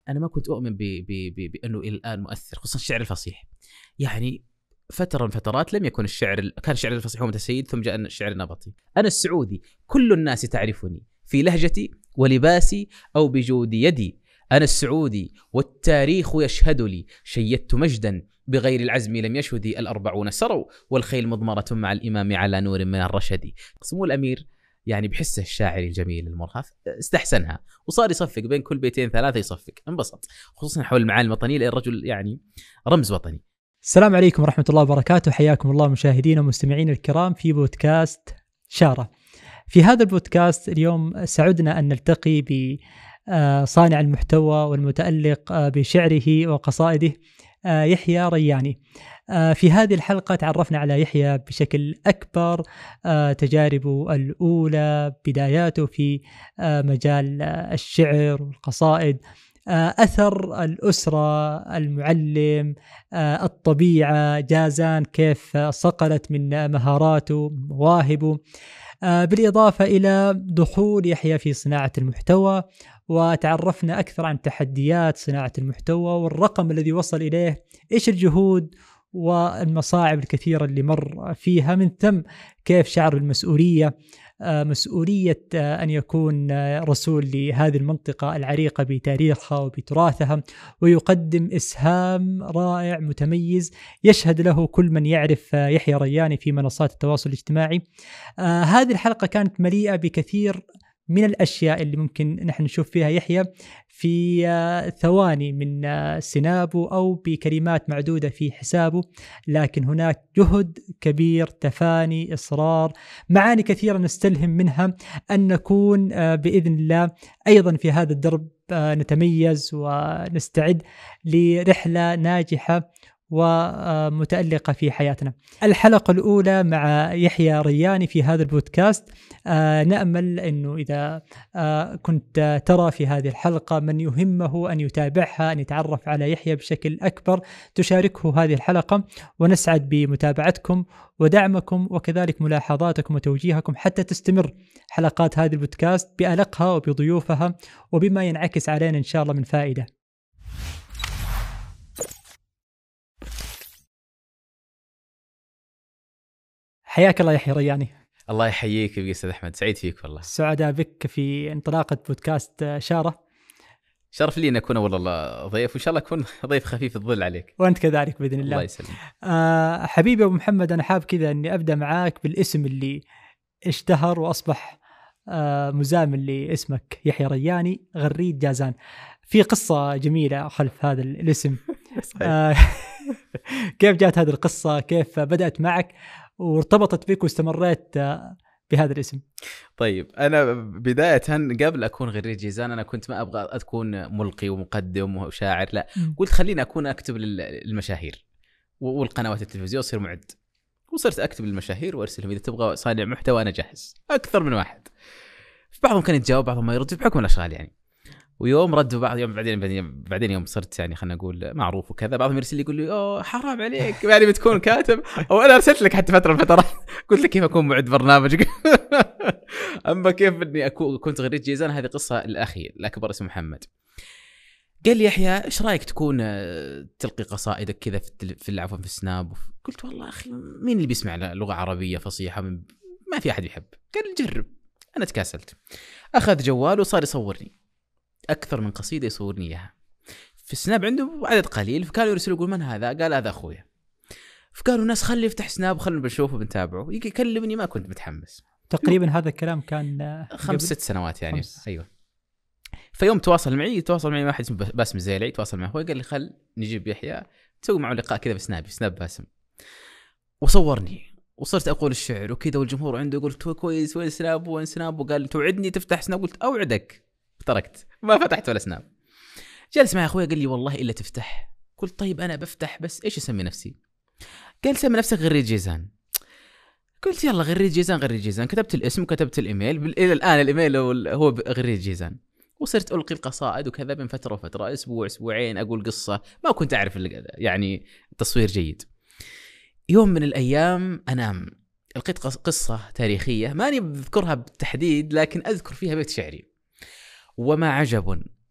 أنا ما كنت أؤمن بأنه إلى الآن مؤثر، خصوصا الشعر الفصيح. يعني فترة من فترات لم يكن كان الشعر الفصيح هو متسيد، ثم جاء الشعر النبطي. أنا السعودي كل الناس تعرفني في لهجتي ولباسي أو بجود يدي. أنا السعودي والتاريخ يشهد لي، شيدت مجدا بغير العزم لم يشهدي. 40 سروا والخيل مضمرة مع الإمام على نور من الرشد. سمو الأمير يعني بحسه الشاعري الجميل المرهف استحسنها، وصار يصفق بين كل بيتين ثلاثة، يصفق انبسط، خصوصا حول المعاني الوطنية، لأن الرجل يعني رمز وطني. السلام عليكم ورحمة الله وبركاته، حياكم الله مشاهدينا ومستمعينا الكرام في بودكاست شارة. في هذا البودكاست اليوم سعدنا أن نلتقي بصانع المحتوى والمتألق بشعره وقصائده يحيى رياني. في هذه الحلقة تعرفنا على يحيى بشكل أكبر، تجاربه الأولى، بداياته في مجال الشعر والقصائد، أثر الأسرة، المعلم، الطبيعة، جازان كيف صقلت من مهاراته مواهبه، بالإضافة إلى دخول يحيى في صناعة المحتوى، وتعرفنا أكثر عن تحديات صناعة المحتوى والرقم الذي وصل إليه، إيش الجهود والمصاعب الكثيرة اللي مر فيها، من ثم كيف شعر المسؤولية، مسؤولية أن يكون رسول لهذه المنطقة العريقة بتاريخها وبتراثها، ويقدم إسهام رائع متميز يشهد له كل من يعرف يحيى رياني في منصات التواصل الاجتماعي. هذه الحلقة كانت مليئة بكثير من الأشياء اللي ممكن نحن نشوف فيها يحيى في ثواني من سنابه أو بكلمات معدودة في حسابه، لكن هناك جهد كبير، تفاني، إصرار، معاني كثيرة نستلهم منها أن نكون بإذن الله أيضا في هذا الدرب نتميز ونستعد لرحلة ناجحة ومتألقة في حياتنا. الحلقة الأولى مع يحيى رياني في هذا البودكاست، نأمل أنه إذا كنت ترى في هذه الحلقة من يهمه أن يتابعها، أن يتعرف على يحيى بشكل أكبر، تشاركه هذه الحلقة، ونسعد بمتابعتكم ودعمكم وكذلك ملاحظاتكم وتوجيهكم حتى تستمر حلقات هذه البودكاست بألقها وبضيوفها وبما ينعكس علينا إن شاء الله من فائدة. حياك الله يحيى رياني. الله يحييك يا أستاذ أحمد، سعيد فيك والله. سعداء بك في انطلاقة بودكاست شارة. شرف لي أن أكون والله ضيف، وإن شاء الله أكون ضيف خفيف الظل عليك. وأنت كذلك بإذن الله. الله يسلمك. حبيبي أبو محمد، أنا حاب كذا أني أبدأ معاك بالاسم اللي اشتهر وأصبح مزامن لاسمك يحيى رياني، غريد جازان. في قصة جميلة خلف هذا الاسم. كيف جاءت هذه القصة؟ كيف بدأت معك وارتبطت بك واستمريت بهذا الاسم؟ طيب، أنا بداية قبل أكون غريد جيزان أنا كنت ما أبغى أكون ملقي ومقدم وشاعر، لا، قلت خليني أكون أكتب للمشاهير والقنوات التلفزيون، أصير معد، وصرت أكتب للمشاهير وأرسلهم إذا تبغى صانع محتوى أنا جاهز. أكثر من واحد، بعضهم كان يتجاوب بعضهم ما يرد بحكم الأشغال يعني، ويوم ردوا بعض، يوم بعدين يوم صرت يعني خلنا نقول معروف وكذا، بعضهم يرسل لي يقول لي أوه حرام عليك يعني بتكون كاتب، أو أنا أرسلت لك حتى فترة من فترات قلت لك كيف أكون معد برنامج. أما كيف إني كنت غريد جيزان، هذه قصة الأخي الأكبر اسمه محمد. قال لي يحيى إيش رأيك تكون تلقي قصائدك كذا في العفو في السناب؟ قلت والله أخي مين اللي بيسمع لغة عربية فصيحة؟ ما في أحد يحب. قال جرب. أنا تكاسلت، أخذ جوال وصار يصورني أكثر من قصيدة، يصورني إياها في السناب، عنده عدد قليل، فكانوا يرسلوا يقول من هذا؟ قال هذا أخويا. فقالوا الناس خلي يفتح سناب وخلنا بنشوفه بنتابعه. يكلمني ما كنت متحمس. تقريبا هذا الكلام كان 5-6 سنوات يعني. أيوة. فيوم تواصل معي واحد اسمه باسم زيلي، تواصل معه، قال لي خل نجيب يحيى تسوي معه لقاء كذا في سناب باسم، وصورني وصرت أقول الشعر وكذا، والجمهور عنده يقول كويس وين سناب وين سناب، وقال توعدني تفتح سناب. قلت أوعدك، تركت ما فتحت ولا سناب. جلس معي أخوي قال لي والله إلا تفتح. قلت طيب أنا بفتح، بس إيش أسمي نفسي؟ قال سمي نفسك غريد جيزان. قلت يلا غريد جيزان. كتبت الاسم وكتبت الإيميل، إلى الآن الإيميل هو غريد جيزان. وصرت ألقي القصائد وكذا بين فترة وفترة، أسبوع أسبوعين أقول قصة، ما كنت أعرف يعني تصوير جيد. يوم من الأيام أنام لقيت قصة تاريخية ماني بذكرها بالتحديد، لكن أذكر فيها بيت شعري: وما عجب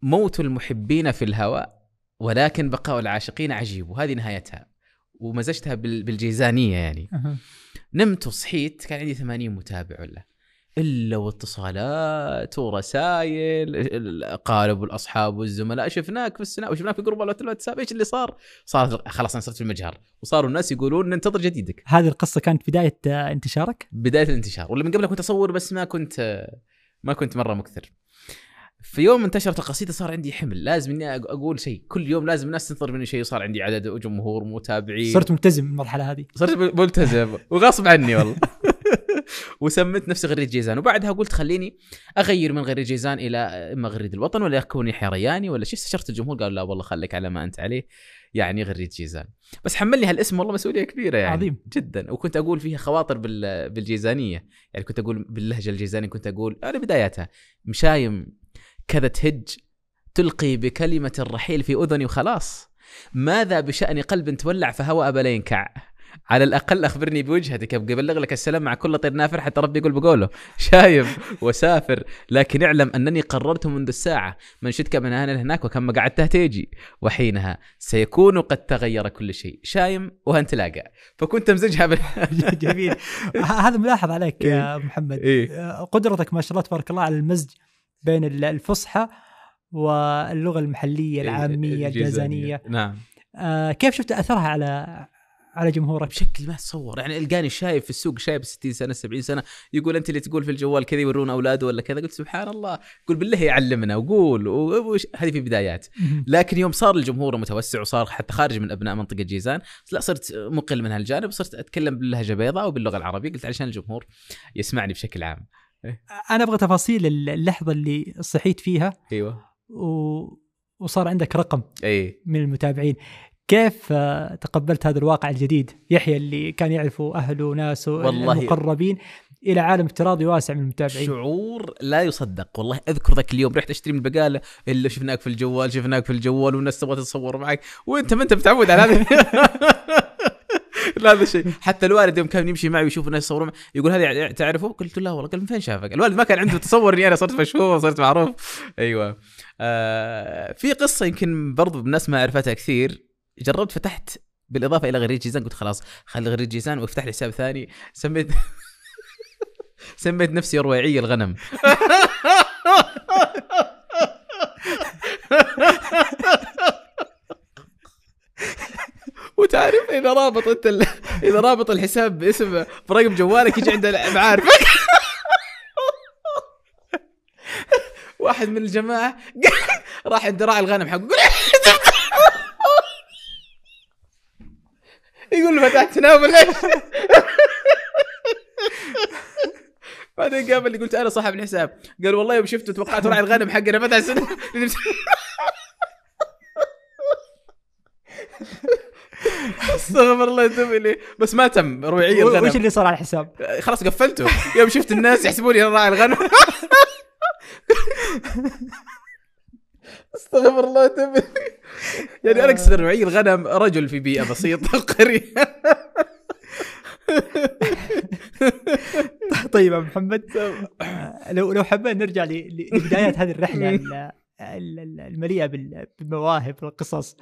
موت المحبين في الهواء ولكن بقاء العاشقين عجيب، وهذه نهايتها، ومزجتها بالجيزانية يعني. نمت وصحيت كان عندي 80 متابع ولا إلا، واتصالات ورسائل، قارب الأصحاب والزملاء شفناك في السنة وشفناك في جروب الواتساب، إيش اللي صار خلاص أنا صرت في المجهر، وصاروا الناس يقولون ننتظر جديدك. هذه القصة كانت بداية انتشارك؟ بداية الانتشار، ولا من قبل كنت أصور بس ما كنت مرة مكثر. في يوم انتشرت القصيدة صار عندي حمل، لازم إني أقول شيء كل يوم، لازم الناس تنتظر مني شيء، وصار عندي عدد وجمهور متابعين. صرت ملتزم المرحلة هذه، صرت ملتزم وغصب عني والله. وسميت نفسي غريد جيزان، وبعدها قلت خليني أغير من غريد جيزان إلى إما غريد الوطن ولا أكون يحيى رياني ولا شيء. استشرت الجمهور قالوا لا والله خليك على ما أنت عليه، يعني غريد جيزان. بس حملني هالاسم والله مسؤولية كبيرة يعني عظيم جدا. وكنت أقول فيها خواطر بالجيزانية، يعني كنت أقول باللهجة الجيزانية، كنت أقول أنا بداياتها مشايم كذا تهج تلقي بكلمة الرحيل في أذني وخلاص، ماذا بشأن قلب تولع فهوى أبا لا ينكع، على الأقل أخبرني بوجهتك أبقى أبلغ لك السلام مع كل طير نافر حتى ربي يقول بقوله شايب وسافر، لكن اعلم أنني قررت منذ الساعة من شدك من هنا هناك وكما قعدتها تيجي، وحينها سيكون قد تغير كل شيء، شايم وهنتلاقى. فكنت مزجها جميل. هذا ملاحظ عليك يا محمد. قدرتك ما شاء الله تبارك الله على المزج بين الفصحى واللغة المحلية العامية الجازانية. نعم. كيف شفت أثرها على جمهورك؟ بشكل ما تصور. يعني القاني شايف في السوق شايب 60 سنة 70 سنة يقول أنت اللي تقول في الجوال كذا يورون أولاده ولا كذا. قلت سبحان الله، قل بالله يعلمنا وقول هذه في بدايات. لكن يوم صار الجمهور متوسع وصار حتى خارج من أبناء منطقة جيزان، لا صرت مقل من هالجانب، صرت أتكلم باللهجة بيضاء وباللغة العربية. قلت علشان الجمهور يسمعني بشكل عام. أنا أبغى تفاصيل اللحظة اللي صحيت فيها. أيوة. وصار عندك رقم أي. من المتابعين. كيف تقبلت هذا الواقع الجديد؟ يحيى اللي كان يعرفه أهله وناسه المقربين إلى عالم افتراضي واسع من المتابعين. شعور لا يصدق والله. أذكر ذاك اليوم رحت أشتري من البقالة، إلا شفناك في الجوال والناس تبغى تتصور معك وأنت ما أنت متعود على هذا. لا هذا الشيء. حتى الوالد يوم كان يمشي معي ويشوف الناس يصورون يقول هذا تعرفه؟ قلت لا والله. قال من فين شافك؟ الوالد ما كان عنده تصور اني انا صرت مشهور صرت معروف. ايوه. في قصه يمكن برضو الناس ما عرفتها كثير. جربت فتحت بالاضافه الى غريد جيزان، قلت خلاص خلي غريد جيزان وافتح لي حساب ثاني، سميت نفسي رويعي الغنم. وتعرف إذا رابط الحساب باسم برقم جوالك يجي عند معارفك. واحد من الجماعة راح عند راعي الغنم حقه يقول له فتحت تناوب ليش؟ بعدين قابل لي قلت أنا صاحب الحساب. قال والله يوم شفته توقعت راعي الغنم حقنا فتح سنة. استغفر الله يتوب إليه. بس ما تم رويعي الغنم. وش اللي صار على الحساب؟ خلاص قفلته يوم شفت الناس يحسبوني راعي الغنم. استغفر الله يتوب. يعني أنا أقصد رويعي الغنم رجل في بيئة بسيطة قرية. طيب يا محمد، لو حابين نرجع لبدايات هذه الرحلة المليئة بالمواهب والقصص.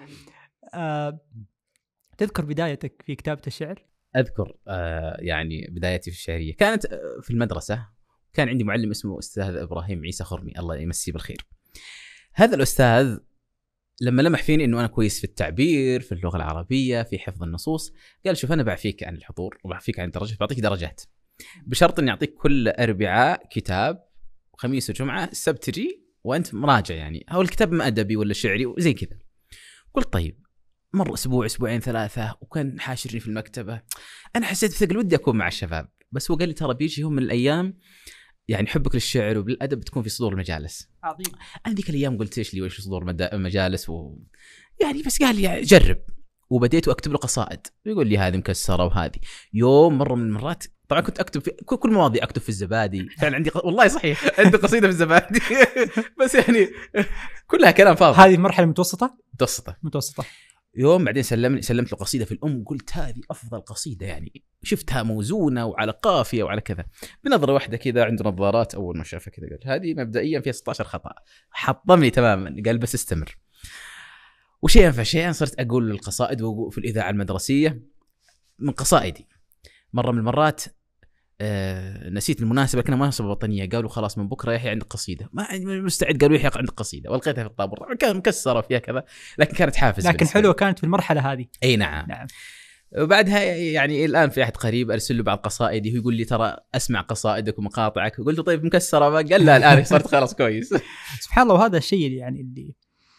تذكر بدايتك في كتابة الشعر؟ أذكر يعني بدايتي في الشعرية كانت في المدرسة. كان عندي معلم اسمه أستاذ إبراهيم عيسى خرمي، الله يمسيه بالخير. هذا الأستاذ لما لمح فيني إنه أنا كويس في التعبير، في اللغة العربية، في حفظ النصوص، قال شوف أنا بعفيك عن الحضور وبعفيك عن الدرجات، بعطيك درجات بشرط إني أعطيك كل أربعاء كتاب، خميس وجمعة، السبت تجي وأنت مراجع، يعني أو الكتاب ما أدبي ولا شعري وزي كذا. قلت طيب. مر أسبوع أسبوعين ثلاثة وكان حاشرني في المكتبة. أنا حسيت بثقل ودي أكون مع الشباب، بس هو قال لي ترى بيجي يوم من الأيام يعني حبك للشعر وبالأدب تكون في صدور المجالس. عظيم. أنا ذيك الأيام قلت إيش لي وإيش صدور مجالس يعني بس قال لي جرب، وبديت أكتب له قصائد. يقول لي هذه مكسرة وهذه. يوم مرة من المرات طبعا كنت أكتب في كل مواضيع، أكتب في الزبادي. فعلا عندي والله صحيح عندي قصيدة في الزبادي. بس يعني كلها كلام فاضي. هذه مرحلة متوسطة. يوم بعدين سلمت له قصيده في الام، قلت هذه افضل قصيده يعني، شفتها موزونه وعلى قافيه وعلى كذا. بنظره واحده كذا، عنده نظارات، اول ما شافها كذا قال هذه مبدئيا فيها 16 خطا، حطمني تماما. قال بس استمر. وشيئا فشيئا صرت اقول القصائد في الاذاعه المدرسيه من قصائدي. مره من المرات نسيت المناسبه، كنا مناسبه وطنيه، قالوا خلاص من بكره يحيى عندك قصيده، ما مستعد، قالوا يحيى عندك قصيده، والقيتها في الطابور، كان مكسره فيها كذا، لكن كانت حافز. لكن حلوه كانت في المرحله هذه. اي نعم. وبعدها يعني الان في احد قريب ارسل له بعض قصائدي ويقول لي ترى اسمع قصائدك ومقاطعك، قلت له طيب مكسره؟ ما قال لا الان صرت خلاص كويس. سبحان الله. وهذا الشيء يعني اللي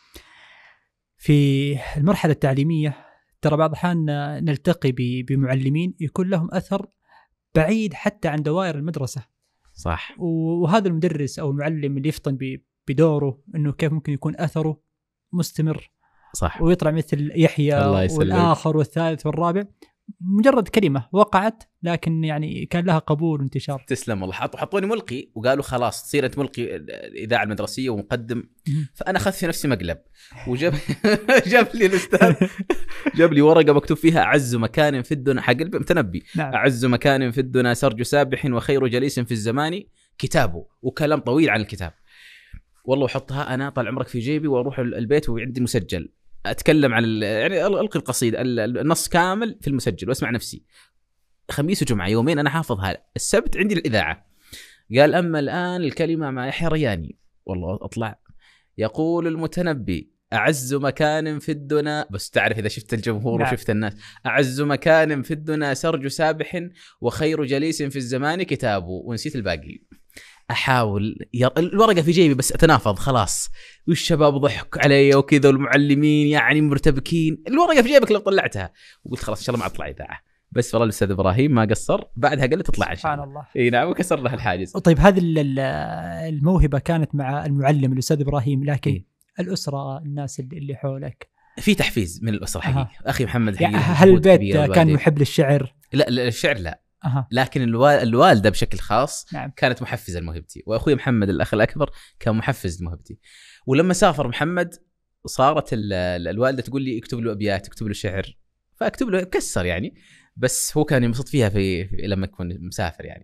في المرحله التعليميه، ترى بعض الأحيان نلتقي بمعلمين يكون لهم اثر بعيد حتى عن دوائر المدرسه. صح. وهذا المدرس او المعلم اللي يفطن بدوره انه كيف ممكن يكون اثره مستمر. صح. ويطلع مثل يحيى والآخر والثالث والرابع، مجرد كلمة وقعت لكن يعني كان لها قبول وانتشار. تسلم والله. حطوني ملقي وقالوا خلاص تصير انت ملقي الإذاعة المدرسية ومقدم. فأنا أخذت في نفسي مقلب وجاب جاب لي الأستاذ جاب لي ورقة مكتوب فيها أعز مكان في الدنيا، حق المتنبي. نعم. أعز مكان في الدنيا سرج سابح، وخير جليس في الزمان كتابه، وكلام طويل عن الكتاب. والله وحطها أنا طال عمرك في جيبي وأروح البيت وعندي مسجل أتكلم عن يعني ألقي القصيدة النص كامل في المسجل وأسمع نفسي. خميس وجمعة يومين أنا حافظها، السبت عندي الإذاعة. قال أما الآن الكلمة مع يحيى رياني. والله أطلع يقول المتنبي أعز مكان في الدنا، بس تعرف إذا شفت الجمهور وشفت الناس، أعز مكان في الدنا سرج سابح، وخير جليس في الزمان كتابه، ونسيت الباقي. أحاول الورقة في جيبي بس أتنافض خلاص، والشباب ضحك علي وكذا والمعلمين يعني مرتبكين. الورقة في جيبك لو طلعتها. وقلت خلاص إن شاء الله ما أطلع إذاعة. بس والله الأستاذ إبراهيم ما قصر، بعدها قال لي تطلع. سبحان الله. إيه نعم، وكسر له الحاجز. طيب هذه الموهبة كانت مع المعلم الأستاذ إبراهيم، لكن الأسرة الناس اللي حولك في تحفيز من الأسرة حقيقة. أخي محمد حقيقة. هل البيت كان محب للشعر؟ لا الشعر لا. لكن الوالدة بشكل خاص. نعم. كانت محفزة لموهبتي، وأخوي محمد الأخ الأكبر كان محفز لموهبتي. ولما سافر محمد صارت الوالدة تقول لي اكتب له أبيات، اكتب له شعر، فأكتب له كسر يعني. بس هو كان ينبسط فيها في لما يكون مسافر يعني.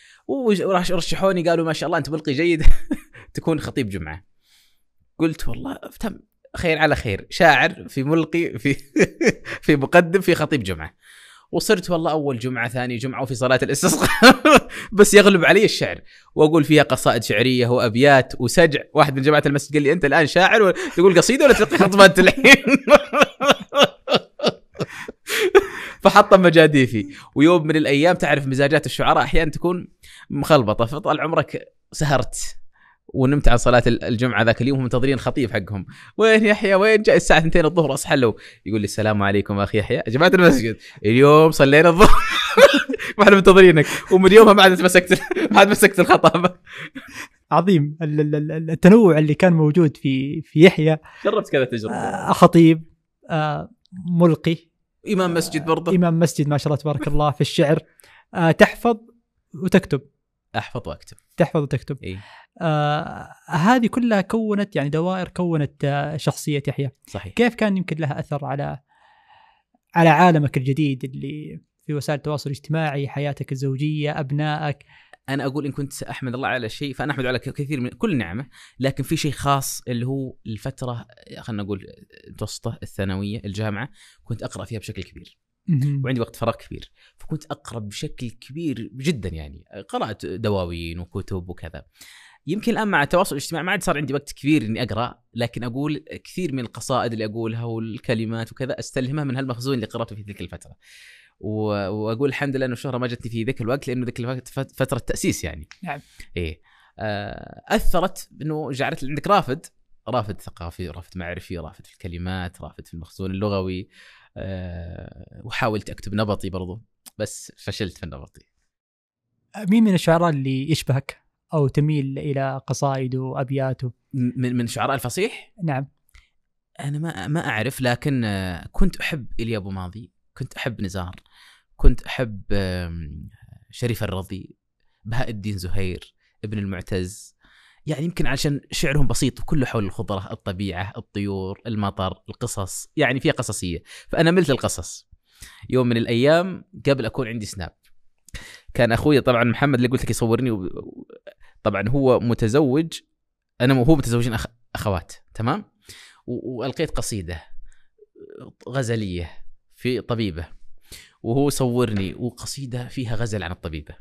ورشحوني قالوا ما شاء الله أنت ملقي جيد تكون خطيب جمعة. قلت والله تم، خير على خير، شاعر في ملقي في مقدم في خطيب جمعة. وصرت والله أول جمعة ثاني جمعة وفي صلاة الاستسقاء بس يغلب علي الشعر، وأقول فيها قصائد شعرية وأبيات وسجع. واحد من جماعة المسجد قال لي أنت الآن شاعر وتقول قصيدة ولا تلقي خطبات الحين؟ فحطم مجاديفي. ويوم من الأيام تعرف مزاجات الشعراء أحيانا تكون مخلبطة، فطال عمرك سهرت ونمت عن صلاة الجمعة ذاك اليوم، هم منتظرين خطيب حقهم. وين يحيى وين؟ جاء الساعة 2 الظهر أصحى له يقول لي السلام عليكم أخي يحيى، يا جماعة المسجد اليوم صلينا الظهر ما احنا منتظرينك. ومن يومها ما عاد مسكت الخطابة. عظيم التنوع اللي كان موجود في يحيى. جربت كذا تجربة. خطيب، ملقي، إمام مسجد برضه. إمام مسجد ما شاء الله تبارك الله. في الشعر تحفظ وتكتب. أحفظ وأكتب. تحفظ وتكتب. إيه؟ هذه كلها كونت يعني دوائر كونت شخصية يحيى. صحيح. كيف كان يمكن لها أثر على عالمك الجديد اللي في وسائل التواصل الاجتماعي، حياتك الزوجية، أبنائك؟ أنا أقول إن كنت أحمد الله على شيء فأنا أحمد على كثير من كل نعمة، لكن في شيء خاص اللي هو الفترة خلنا نقول المتوسطة الثانوية الجامعة، كنت أقرأ فيها بشكل كبير وعندي وقت فراغ كبير، فكنت أقرأ بشكل كبير جدا يعني. قرأت دواوين وكتب وكذا. يمكن الآن مع التواصل الاجتماعي ما عاد صار عندي وقت كبير إني أقرأ، لكن أقول كثير من القصائد اللي أقولها والكلمات وكذا أستلهمها من هالمخزون اللي قرأته في تلك الفترة. وأقول الحمد لله إنه الشهرة ما جتني في ذاك الوقت، لأنه ذاك الوقت فترة تأسيس يعني. نعم. إيه. أثرت إنه جعلت عندك رافد ثقافي، رافد معرفي، رافد في الكلمات، رافد في المخزون اللغوي. وحاولت أكتب نبطي برضو بس فشلت في النبطي. مين من الشعراء اللي يشبهك أو تميل إلى قصائده وأبياته؟ من شعراء الفصيح؟ نعم. أنا ما أعرف، لكن كنت أحب إليا أبو ماضي، كنت أحب نزار، كنت أحب شريف الرضي، بهاء الدين زهير، ابن المعتز. يعني يمكن عشان شعرهم بسيط وكله حول الخضرة، الطبيعة، الطيور، المطر، القصص، يعني فيها قصصية. فأنا ملت القصص. يوم من الأيام قبل أكون عندي سناب، كان أخوي طبعا محمد اللي قلت لك يصورني، طبعا هو متزوج، هو متزوجين أخوات، تمام. وألقيت قصيدة غزلية في طبيبة، وهو صورني وقصيدة فيها غزل عن الطبيبة.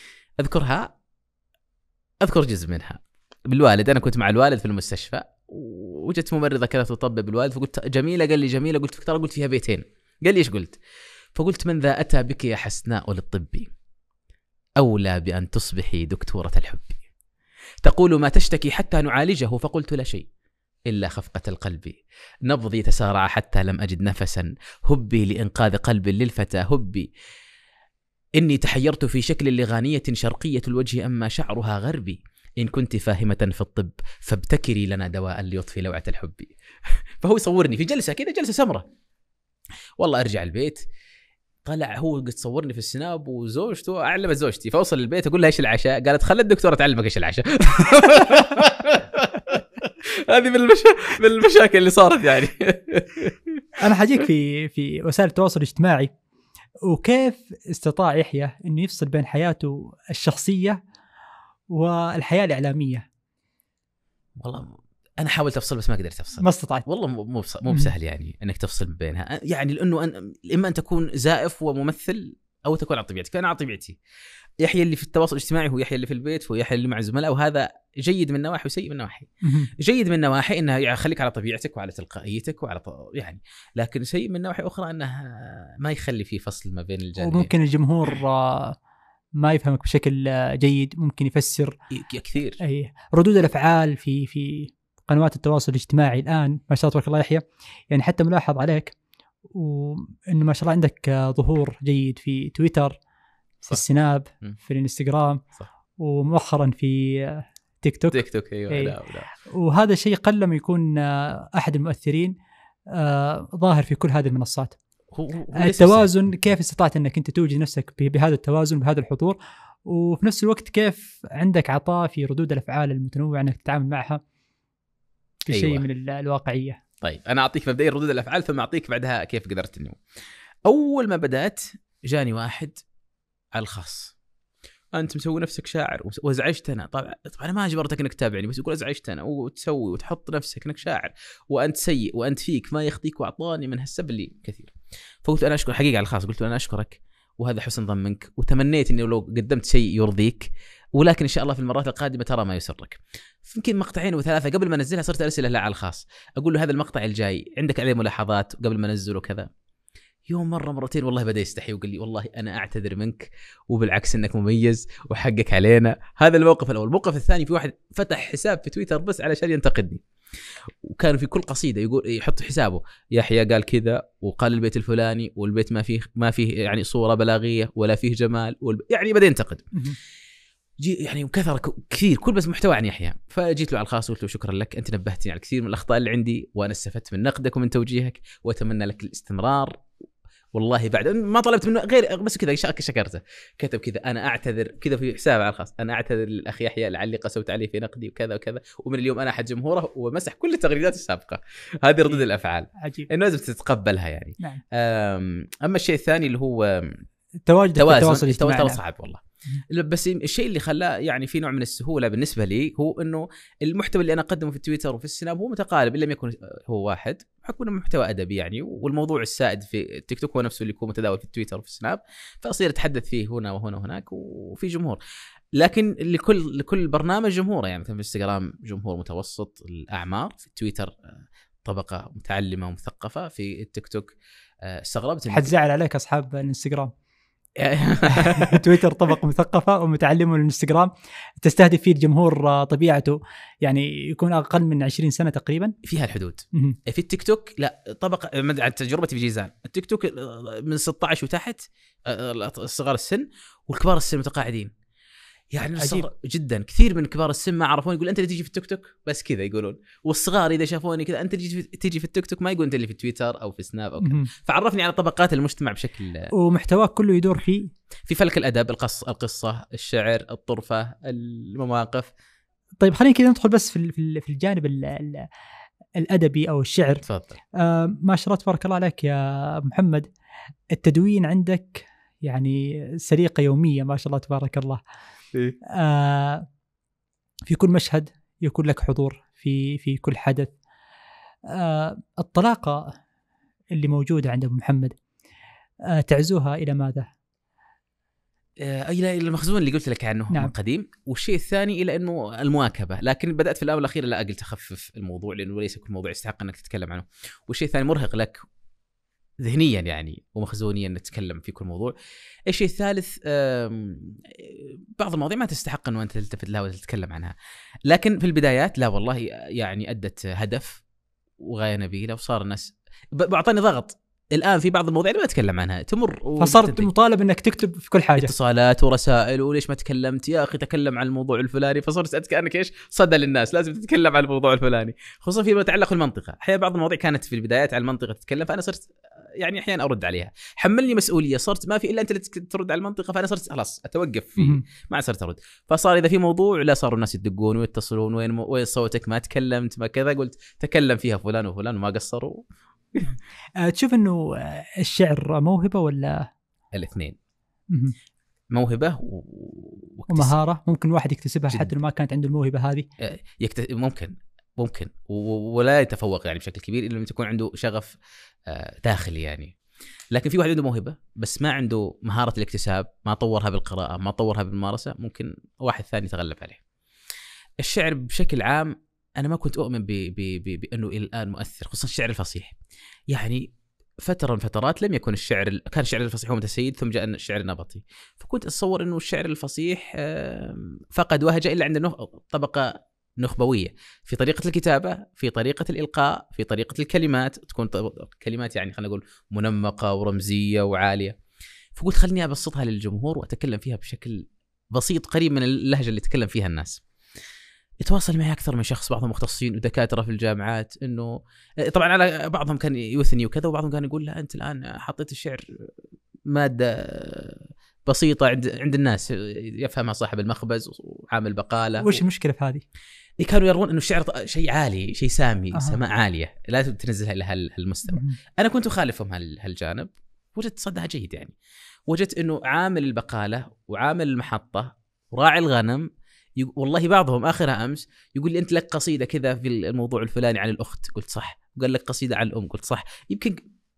أذكر جزء منها بالوالد. أنا كنت مع الوالد في المستشفى، وجت ممرضة كذا تطبب الوالد، فقلت جميلة، قال لي جميلة، قلت ترى قلت فيها بيتين. قال لي إيش قلت؟ فقلت من ذا أتى بك يا حسناء للطب أولى بأن تصبحي دكتورة الحب، تقول ما تشتكي حتى نعالجه، فقلت لا شيء إلا خفقة القلب، نبضي تسارع حتى لم أجد نفسا، هبي لإنقاذ قلب للفتى هبي، إني تحيرت في شكل لغانية شرقية الوجه أما شعرها غربي، إن كنت فاهمة في الطب فابتكري لنا دواء ليطفي لوعة الحب. فهو يصورني في جلسة كذا، جلسة سمرة. والله أرجع البيت، طلع هو قد صورني في السناب وزوجته أعلمت زوجتي، فأوصل البيت أقول لها إيش العشاء؟ قالت خلي الدكتورة تعلمك إيش العشاء. هذه من المشاكل اللي صارت يعني. أنا حاجيك في وسائل التواصل الاجتماعي، وكيف استطاع يحيى إنه يفصل بين حياته الشخصية والحياة الإعلامية. والله أنا حاولت أفصل بس ما قدرت أفصل، ما استطعت. والله مو بسهل يعني إنك تفصل بينها، يعني لأنه إما أن تكون زائف وممثل أو تكون على طبيعتك. فأنا على طبيعتي. يحيى اللي في التواصل الاجتماعي هو يحيى اللي في البيت، هو يحيى اللي مع زملاء، وهذا جيد من نواحي وسيء من نواحي. جيد من نواحي انها يخليك على طبيعتك وعلى تلقائيتك وعلى يعني، لكن سيء من نواحي اخرى انها ما يخلي فيه فصل ما بين الجانبين. وممكن الجمهور ما يفهمك بشكل جيد، ممكن يفسر كثير. اي ردود الافعال في قنوات التواصل الاجتماعي الان ما شاء الله تبارك الله يحيى، يعني حتى ملاحظ عليك وانه ما شاء الله عندك ظهور جيد في تويتر، في السناب، في الانستغرام، ومؤخرا في تيك توك. ايوه. لا. وهذا الشيء قل ما يكون احد المؤثرين ظاهر في كل هذه المنصات. التوازن، كيف استطعت انك انت توجد نفسك بهذا التوازن، بهذا الحضور، وفي نفس الوقت كيف عندك عطاء في ردود الافعال المتنوعه انك تتعامل معها في شيء من الواقعيه. طيب انا اعطيك مبدئيا ردود الافعال، ثم اعطيك بعدها كيف قدرت انه اول ما بدات جاني واحد على الخاص، انت مسوي نفسك شاعر وازعجت انا. طبعا انا ما اجبرتك انك تتابعني، بس يقول ازعجت انا وتسوي وتحط نفسك انك شاعر وانت سيء وانت فيك ما يخطيك، واعطاني من هالسب لي كثير. فقلت انا اشكر حقيقه على الخاص، قلت انا اشكرك وهذا حسن ظن منك، وتمنيت انه لو قدمت شيء يرضيك، ولكن ان شاء الله في المرات القادمه ترى ما يسرك. يمكن مقطعين وثلاثه قبل ما انزلها صرت ارسل له على الخاص، اقول له هذا المقطع الجاي عندك عليه ملاحظات قبل ما انزله كذا. يوم مرتين والله بدا يستحي وقال لي والله انا اعتذر منك، وبالعكس انك مميز وحقك علينا. هذا الموقف الاول. الموقف الثاني، في واحد فتح حساب في تويتر بس علشان ينتقدني، وكان في كل قصيده يقول يحط حسابه يحيى قال كذا وقال البيت الفلاني والبيت ما فيه يعني صوره بلاغيه ولا فيه جمال يعني بدا ينتقد. يعني كثر كثير كل بس محتوى عن يحيى. فجيت له على الخاص وقلت له شكرا لك، انت نبهتني على كثير من الاخطاء اللي عندي، وانا استفدت من نقدك ومن توجيهك، واتمنى لك الاستمرار. والله بعد ما طلبت منه غير بس كذا شكرته. كتب كذا انا اعتذر كذا في حسابه على الخاص، انا اعتذر للاخ يحيى لعلي قسوت عليه في نقدي وكذا وكذا، ومن اليوم انا احد جمهوره، ومسح كل التغريدات السابقه. هذه ردود الافعال عجيب، الناس بتتقبلها يعني. نعم. اما الشيء الثاني اللي هو التواصل ترى صعب والله. بس الشيء اللي خلاه يعني في نوع من السهوله بالنسبه لي هو انه المحتوى اللي انا اقدمه في التويتر وفي السناب هو متقارب، ان لم يكن هو واحد، حيكون محتوى ادبي يعني. والموضوع السائد في التيك توك هو نفسه اللي يكون متداول في التويتر وفي السناب، فاصير اتحدث فيه هنا وهنا وهناك وفي جمهور. لكن لكل برنامج جمهوره، يعني في الانستغرام جمهور متوسط الاعمار، في التويتر طبقه متعلمه ومثقفه، في التيك توك استغربت حتزعل عليك اصحاب الانستغرام. تويتر طبقة مثقفة ومتعلمة، والانستغرام تستهدف فيه الجمهور طبيعته يعني يكون أقل من 20 سنة تقريبا، فيها الحدود. في التيك توك لا، طبقة عن تجربتي في جيزان، التيك توك من 16 وتحت صغار السن، والكبار السن متقاعدين يعني. جدا كثير من كبار السن ما عرفوني، يقول انت اللي تيجي في التيك توك بس كذا يقولون، والصغار اذا شافوني كذا انت اللي تيجي في التيك توك، ما يقول انت اللي في تويتر او في سناب او كذا. فعرفني على طبقات المجتمع بشكل، ومحتواك كله يدور في فلك الادب، القصه، الشعر، الطرفه، المواقف، طيب خلينا كذا ندخل بس في الجانب الأدبي أو الشعر. تفضل. ما شاء الله تبارك الله عليك يا محمد، التدوين عندك يعني سريقة يومية ما شاء الله تبارك الله. في كل مشهد يكون لك حضور في كل حدث. الطلاقة اللي موجودة عند أبو محمد تعزوها إلى ماذا؟ إلى المخزون اللي قلت لك عنه. نعم. من قديم. والشيء الثاني إلى أنه المواكبة، لكن بدأت في الآونة الأخيرة لا قلت أخفف الموضوع لأنه ليس كل موضوع يستحق أنك تتكلم عنه. والشيء الثاني مرهق لك ذهنيا يعني ومخزونيا نتكلم في كل موضوع. الشيء الثالث بعض المواضيع ما تستحق أنه أنت تلتفت لها وتتكلم عنها، لكن في البدايات لا والله يعني أدت هدف وغاية نبيلة وصار الناس بعطاني ضغط. الآن في بعض المواضيع اللي ما أتكلم عنها تمر فصرت مطالب أنك تكتب في كل حاجة، اتصالات ورسائل وليش ما تكلمت يا أخي تكلم عن الموضوع الفلاني، فصرت كأنك إيش صدى للناس لازم تتكلم عن الموضوع الفلاني، خصوصا فيما يتعلق بالمنطقة. أحيانا بعض المواضيع كانت في البدايات على المنطقة تتكلم، فأنا صرت يعني أحيانا أرد عليها، حملني مسؤولية، صرت ما في إلا أنت اللي ترد على المنطقة، فأنا صرت خلاص أتوقف فيه ما صرت أرد. فصار إذا في موضوع لا صاروا الناس يدقون ويتصلون وين صوتك ما تكلمت ما كذا، قلت تكلم فيها فلان وفلان وما قصروا. تشوف انه الشعر موهبه ولا الاثنين؟ موهبه ومهاره ممكن واحد يكتسبها حتى لو ما كانت عنده الموهبه هذه. ممكن ولا يتفوق يعني بشكل كبير الا لما تكون عنده شغف داخلي يعني. لكن في واحد عنده موهبه بس ما عنده مهاره الاكتساب، ما طورها بالقراءه ما طورها بالممارسه، ممكن واحد ثاني يتغلب عليه. الشعر بشكل عام أنا ما كنت أؤمن بأنه إلى الآن مؤثر، خصوصا الشعر الفصيح. يعني فترة من فترات لم يكن كان الشعر الفصيح هو متسيد، ثم جاء الشعر النبطي، فكنت أتصور أنه الشعر الفصيح فقد وهج إلا عند طبقة نخبوية في طريقة الكتابة، في طريقة الإلقاء، في طريقة الكلمات، تكون كلمات يعني خلينا نقول منمقة ورمزية وعالية. فقلت خلني أبسطها للجمهور وأتكلم فيها بشكل بسيط قريب من اللهجة اللي يتكلم فيها الناس. يتواصل معي أكثر من شخص، بعضهم مختصين ودكاترة في الجامعات، إنه طبعا على بعضهم كان يثني وكذا، وبعضهم كان يقول لا أنت الآن حطيت الشعر مادة بسيطة عند الناس يفهمها صاحب المخبز وعامل بقالة. وش المشكلة في هذه؟ كانوا يرون إنه الشعر شيء عالي، شيء سامي، سماء عالية لا تنزلها إلى هالمستوى. أنا كنت أخالفهم هالجانب، وجدت صدها جيد يعني. وجدت إنه عامل البقالة وعامل المحطة وراعي الغنم والله بعضهم آخرها أمس يقول لي أنت لك قصيدة كذا في الموضوع الفلاني عن الأخت، قلت صح. وقال لك قصيدة عن الأم، قلت صح. يمكن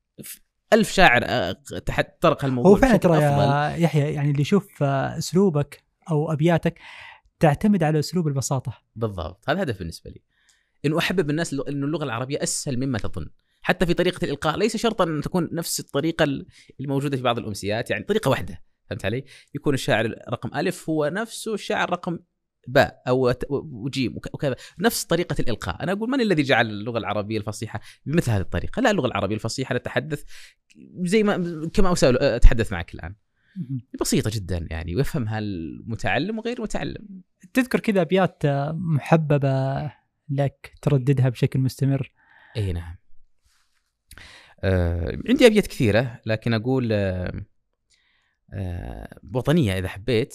1000 شاعر تحت طرق هالموضوع. هو فعلا ترى يا يحيى يعني اللي يشوف أسلوبك أو أبياتك تعتمد على أسلوب البساطة. بالضبط، هذا هدف بالنسبة لي، إنه أحبب الناس إنه اللغة العربية أسهل مما تظن. حتى في طريقة الإلقاء ليس شرطا أن تكون نفس الطريقة الموجودة في بعض الأمسيات، يعني طريقة واحدة، فهمت علي؟ يكون الشاعر رقم ألف هو نفسه الشاعر رقم باء أو وجيم وكذا، نفس طريقة الإلقاء. أنا أقول من الذي جعل اللغة العربية الفصيحة بمثل هذه الطريقة؟ لا، اللغة العربية الفصيحة نتحدث زي ما كما أتحدث معك الآن، بسيطة جدا يعني، ويفهمها المتعلم وغير المتعلم. تذكر كذا أبيات محببة لك ترددها بشكل مستمر؟ أي نعم، عندي أبيات كثيرة، لكن أقول وطنية إذا حبيت.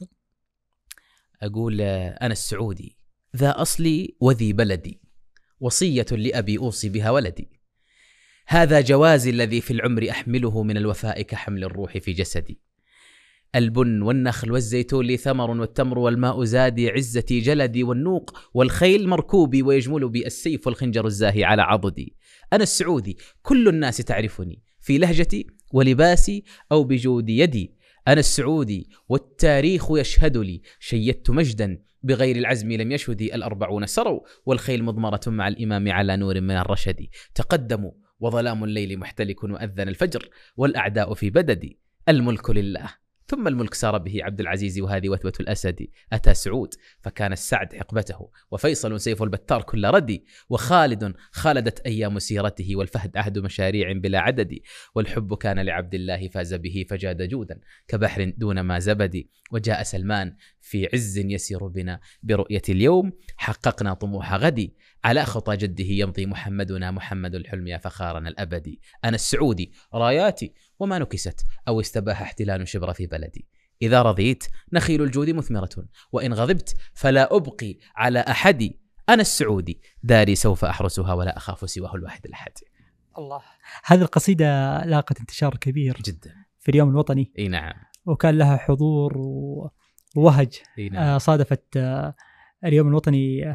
أقول أنا السعودي ذا أصلي وذي بلدي، وصية لأبي أوصي بها ولدي، هذا جوازي الذي في العمر أحمله من الوفاء كحمل الروح في جسدي، البن والنخل والزيتون لي ثمر، والتمر والماء زادي عزتي، جلدي والنوق والخيل مركوبي، ويجمل بي السيف والخنجر الزاهي على عضدي. أنا السعودي كل الناس تعرفني في لهجتي ولباسي أو بجود يدي، أنا السعودي والتاريخ يشهد لي، شيدت مجدا بغير العزم لم يشهدي، 40 سروا والخيل مضمرة مع الإمام على نور من الرشد، تقدموا وظلام الليل محتلك وأذن الفجر والأعداء في بددي، الملك لله ثم الملك سار به عبد العزيز وهذه وثبة الأسد، أتى سعود فكان السعد حقبته، وفيصل سيف البتار كل ردي، وخالد خالدت أيام سيرته، والفهد عهد مشاريع بلا عدد، والحب كان لعبد الله فاز به فجاد جودا كبحر دون ما زبد، وجاء سلمان في عز يسير بنا برؤية اليوم حققنا طموح غدي، على خطى جده يمضي محمدنا محمد الحلم يا فخارنا الأبدي. أنا السعودي راياتي وما نكست أو استباح احتلال شبر في بلدي، إذا رضيت نخيل الجود مثمرة، وإن غضبت فلا أبقي على أحد، أنا السعودي داري سوف أحرسها ولا أخاف سواه الواحد الأحد. الله، هذه القصيدة لاقت انتشار كبير جدا في اليوم الوطني. اي نعم. وكان لها حضور ووهج. نعم. صادفت اليوم الوطني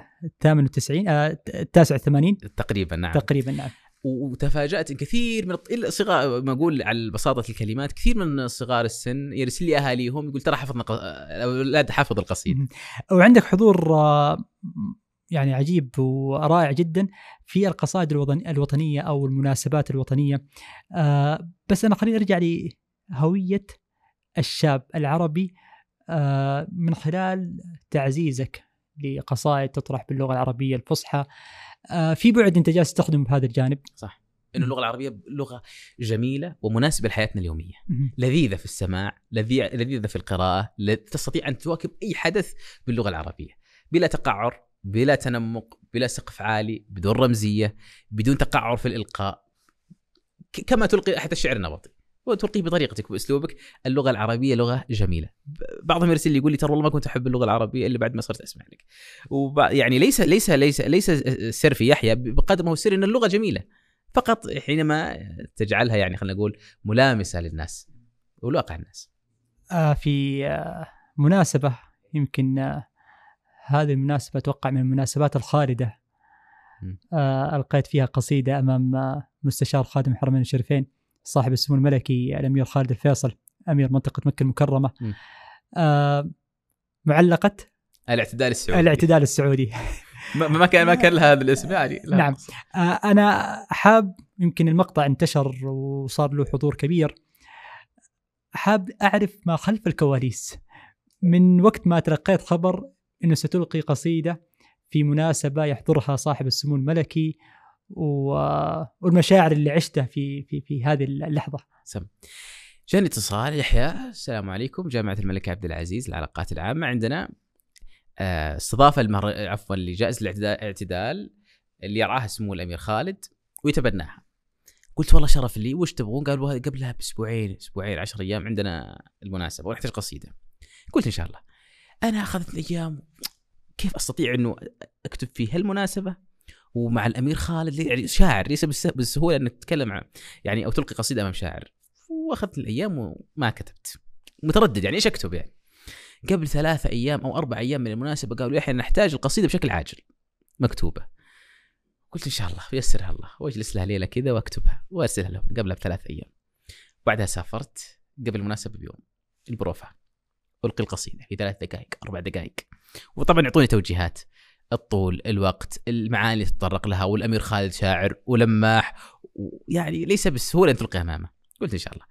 89 تقريبا. نعم تقريبا. نعم. وتفاجأت كثير من الصغار، ما أقول على بساطة الكلمات، كثير من صغار السن يرسل لي أهاليهم يقول ترى حفظنا أولاد حافظ القصيدة. وعندك حضور يعني عجيب ورائع جدا في القصائد الوطنية أو المناسبات الوطنية. بس أنا خليني أرجع لهوية الشاب العربي من خلال تعزيزك لقصائد تطرح باللغة العربية الفصحى. في بعد أنت جالس تستخدم بهذا الجانب. صح، إنه اللغة العربية لغة جميلة ومناسبة لحياتنا اليومية، لذيذة في السماع، لذيذة في القراءة، تستطيع أن تواكب أي حدث باللغة العربية بلا تقعر، بلا تنمق، بلا سقف عالي، بدون رمزية، بدون تقعر في الإلقاء، كما تلقي حتى الشعر النبطي وتلقيه بطريقتك وبأسلوبك. اللغة العربية لغة جميلة. بعضهم يرسل لي يقول لي ترى والله ما كنت أحب اللغة العربية إلا بعد ما صرت أسمع لك. يعني ليس السر في يحيى بقدر ما هو السر إن اللغة جميلة فقط حينما تجعلها يعني خلينا نقول ملامسة للناس والواقع الناس. في مناسبة يمكن هذه المناسبة أتوقع من المناسبات الخالدة، ألقيت فيها قصيدة أمام مستشار خادم الحرمين الشريفين صاحب السمو الملكي الأمير خالد الفيصل أمير منطقة مكة المكرمة، معلقة الاعتدال السعودي. ما كان لها هذا الاسم يعني. نعم. أنا حاب، يمكن المقطع انتشر وصار له حضور كبير، حاب أعرف ما خلف الكواليس من وقت ما تلقيت خبر أنه ستلقي قصيدة في مناسبة يحضرها صاحب السمو الملكي والمشاعر اللي عشتها في هذه اللحظة. جاني اتصال: يحيى السلام عليكم، جامعة الملك عبد العزيز العلاقات العامة، عندنا استضافة لجائزة الاعتدال اللي يرعاها سمو الأمير خالد ويتبناها. قلت والله شرف لي، وش تبغون؟ قالوا قبلها بأسبوعين 10 أيام عندنا المناسبة ونحتاج قصيدة. قلت إن شاء الله. أنا أخذت أيام كيف أستطيع أنه أكتب في هالمناسبة ومع الأمير خالد، يعني شاعر ليس بالسهولة أنك تتكلم يعني أو تلقي قصيدة أمام شاعر. وأخذت الأيام وما كتبت، متردد يعني إيش أكتب. يعني قبل 3 أيام أو 4 أيام من المناسبة قالوا يحيى نحتاج القصيدة بشكل عاجل مكتوبة. قلت إن شاء الله يسرها الله، واجلس لها ليلة كذا واكتبها وارسلها لهم قبلها ب3 أيام. بعدها سافرت قبل المناسبة بيوم البروفة، ألقي القصيدة في 3 دقائق 4 دقائق، وطبعا يعطوني توجيهات الطول، الوقت، المعاني اللي تتطرق لها، والأمير خالد شاعر ولماح، يعني ليس بالسهولة أن تلقيها أمامه. قلت إن شاء الله.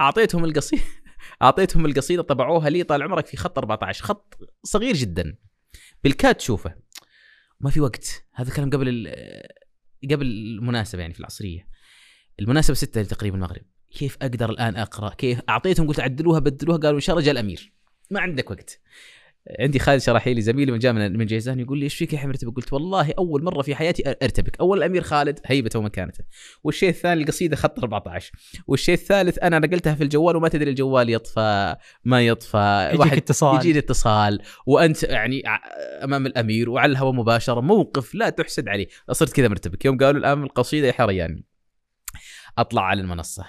أعطيتهم القصيدة طبعوها لي طال عمرك في خط 14، خط صغير جدا بالكاد تشوفه. ما في وقت، هذا الكلام قبل المناسبة يعني في العصرية، المناسبة 6 تقريبا المغرب. كيف أقدر الآن أقرأ؟ كيف؟ أعطيتهم قلت عدلوها بدلوها، قالوا إن شاء الله جاء الأمير، ما عندك وقت. عندي خالد شراحيلي زميلي من جاء من جيزان يقول لي ايش فيك يا حمد ارتبك؟ قلت والله اول مره في حياتي ارتبك. اول الامير خالد هيبته ومكانته، والشيء الثاني القصيده خط 14، والشيء الثالث انا نقلتها في الجوال وما تدري الجوال يطفى ما يطفى، يجيك اتصال وانت يعني امام الامير وعلى الهواء مباشره، موقف لا تحسد عليه. صرت كذا مرتبك. يوم قالوا الان القصيده يا حريان اطلع على المنصه،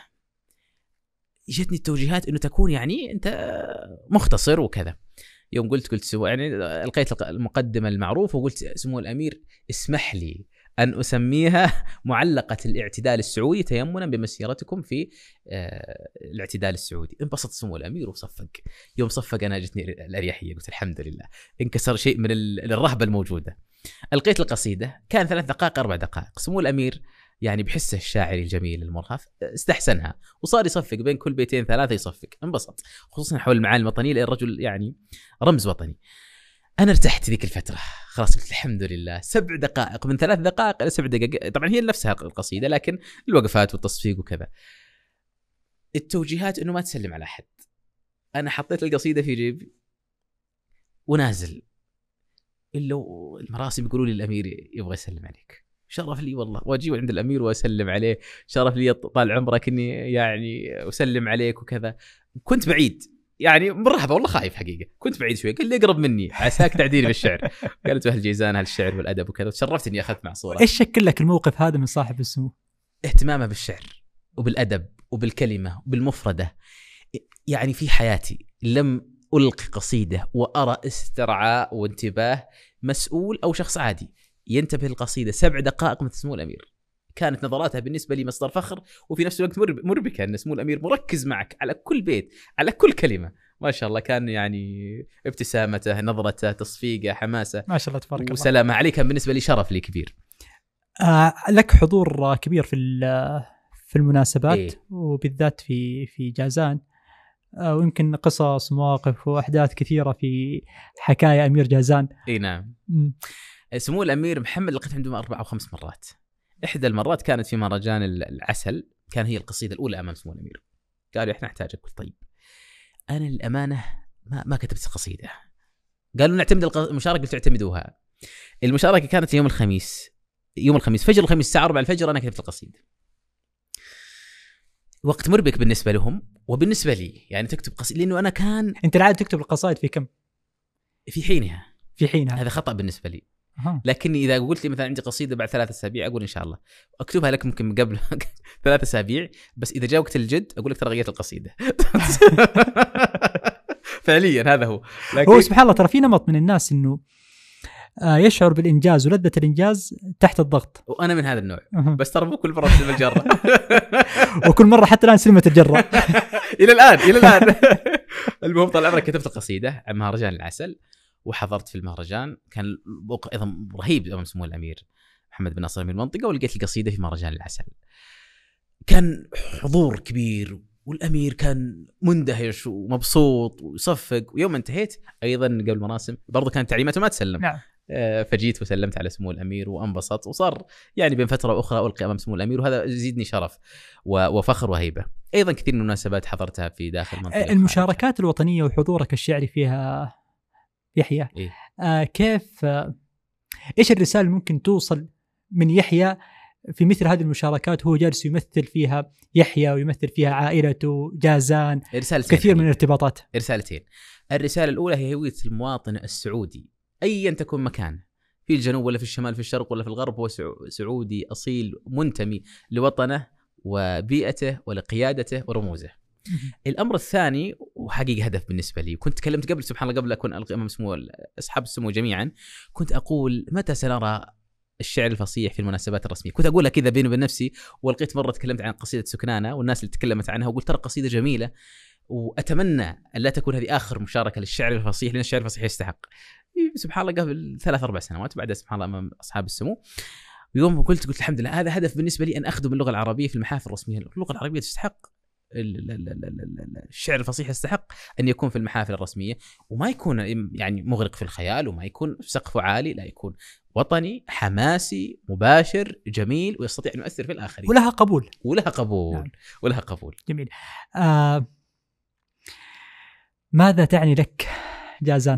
جتني التوجيهات انه تكون يعني انت مختصر وكذا. يوم قلت سمو، يعني لقيت المقدمة المعروفة وقلت سمو الأمير اسمح لي أن أسميها معلقة الاعتدال السعودي تيمنا بمسيرتكم في الاعتدال السعودي. انبسط سمو الأمير وصفق. يوم صفق أنا جتني الأريحية، قلت الحمد لله انكسر شيء من الرهبة الموجودة. ألقيت القصيدة، كان 3 دقائق 4 دقائق. سمو الأمير يعني بحسه الشاعري الجميل المرهف استحسنها وصار يصفق بين كل 2 3 يصفق. انبسط خصوصا حول المعاني الوطنية، لأن الرجل يعني رمز وطني. أنا ارتحت ذيك الفترة خلاص، قلت الحمد لله. 7 دقائق من 3 دقائق إلى 7 دقائق، طبعا هي نفسها القصيدة لكن الوقفات والتصفيق وكذا. التوجيهات إنه ما تسلم على أحد. أنا حطيت القصيدة في جيبي ونازل، إلا المراسم يقولوا لي الأمير يبغى يسلم عليك. شرف لي والله، واجيب عند الأمير وأسلم عليه. شرف لي طال عمرك إني يعني أسلم عليك وكذا. كنت بعيد يعني مرحبا والله خايف حقيقه، كنت بعيد شوي، قال لي اقرب مني عساك تعديني بالشعر. قالت اهل جيزان اهل الشعر والادب وكذا، تشرفت اني اخذت مع صوره. ايش شكل لك الموقف هذا من صاحب السمو؟ اهتمامه بالشعر وبالادب وبالكلمه وبالمفرده. يعني في حياتي لم القي قصيده وارى استرعاء وانتباه مسؤول او شخص عادي ينتبه القصيده 7 دقائق مثل سمو الامير. كانت نظراتها بالنسبه لي مصدر فخر، وفي نفس الوقت مربكه ان سمو الامير مركز معك على كل بيت على كل كلمه. ما شاء الله كان يعني ابتسامته، نظرته، تصفيقه، حماسه، ما شاء الله تبارك الله، وسلامه عليه. كان بالنسبه لي شرف لي كبير. لك حضور كبير في المناسبات إيه؟ وبالذات في جازان، ويمكن قصص مواقف واحداث كثيره في حكايه امير جازان. اي نعم. سمو الامير محمد لقيت عنده 4 أو 5 مرات. احدى المرات كانت في مهرجان العسل، كان هي القصيده الاولى امام سمو الامير. قالوا احنا نحتاجك. قلت طيب انا للامانه ما كتبت قصيده. قالوا نعتمد المشاركه اللي تعتمدوها. المشاركه كانت يوم الخميس فجر الخميس الساعه 4 الفجر انا كتبت القصيده. وقت مربك بالنسبه لهم وبالنسبه لي، يعني تكتب قصيده، لانه انا كان انت العاده تكتب القصائد في كم؟ في حينها هذا هذا خطا بالنسبه لي. لكني اذا قلت لي مثلا عندي قصيده بعد 3 أسابيع اقول ان شاء الله اكتبها لك، ممكن قبل 3 أسابيع، بس اذا جاء وقت الجد اقول لك ترى غيرت القصيده. فعليا هذا هو. هو سبحان الله ترى في نمط من الناس انه يشعر بالانجاز ولذة الانجاز تحت الضغط، وانا من هذا النوع. بس ترى مو كل مره سلم الجره. وكل مره حتى الان سلمت الجره. الى الان. المهم طال عمرك كتبت القصيده عن مهرجان العسل وحضرت في المهرجان. كان ايضا رهيب امام سمو الامير محمد بن ناصر من المنطقه، ولقيت القصيده في مهرجان العسل. كان حضور كبير والامير كان مندهش ومبسوط ويصفق. ويوم انتهيت ايضا قبل مراسم برضو كانت تعليماته ما تسلم. نعم. فجيت وسلمت على سمو الامير وانبسط، وصار يعني بين فتره واخرى القي امام سمو الامير، وهذا يزيدني شرف وفخر وهيبه. ايضا كثير من المناسبات حضرتها في داخل المنطقه. المشاركات الوطنيه وحضورك الشعري فيها يحيى، كيف ايش الرساله ممكن توصل من يحيى في مثل هذه المشاركات وهو جالس يمثل فيها يحيى ويمثل فيها عائلته جازان، كثير من الارتباطات؟ رسالتين. الرساله الاولى هي هويه المواطن السعودي ايا تكن مكانه، في الجنوب ولا في الشمال، في الشرق ولا في الغرب، هو سعودي اصيل منتمي لوطنه وبيئته ولقيادته ورموزه. الامر الثاني وحقيقه هدف بالنسبه لي، وكنت تكلمت قبل سبحان الله قبل اكون القي امام سمو اصحاب السمو جميعا، كنت اقول متى سنرى الشعر الفصيح في المناسبات الرسميه. كنت اقولها كذا بيني وبين نفسي، ولقيت مره تكلمت عن قصيده سكنانه والناس اللي تكلمت عنها، وقلت ترى قصيده جميله واتمنى ان لا تكون هذه اخر مشاركه للشعر الفصيح، لان الشعر الفصيح يستحق. سبحان الله قبل 3-4 سنوات بعد سبحان الله امام اصحاب السمو، يوم قلت الحمد لله هذا هدف بالنسبه لي، ان اخدم اللغه العربيه في المحافل الرسميه. اللغه العربيه تستحق، الشعر الفصيح يستحق ان يكون في المحافل الرسميه، وما يكون يعني مغرق في الخيال، وما يكون سقفه عالي، لا، يكون وطني حماسي مباشر جميل ويستطيع ان يؤثر في الاخرين، ولها قبول. نعم. ولها قبول. جميل. ماذا تعني لك جازان؟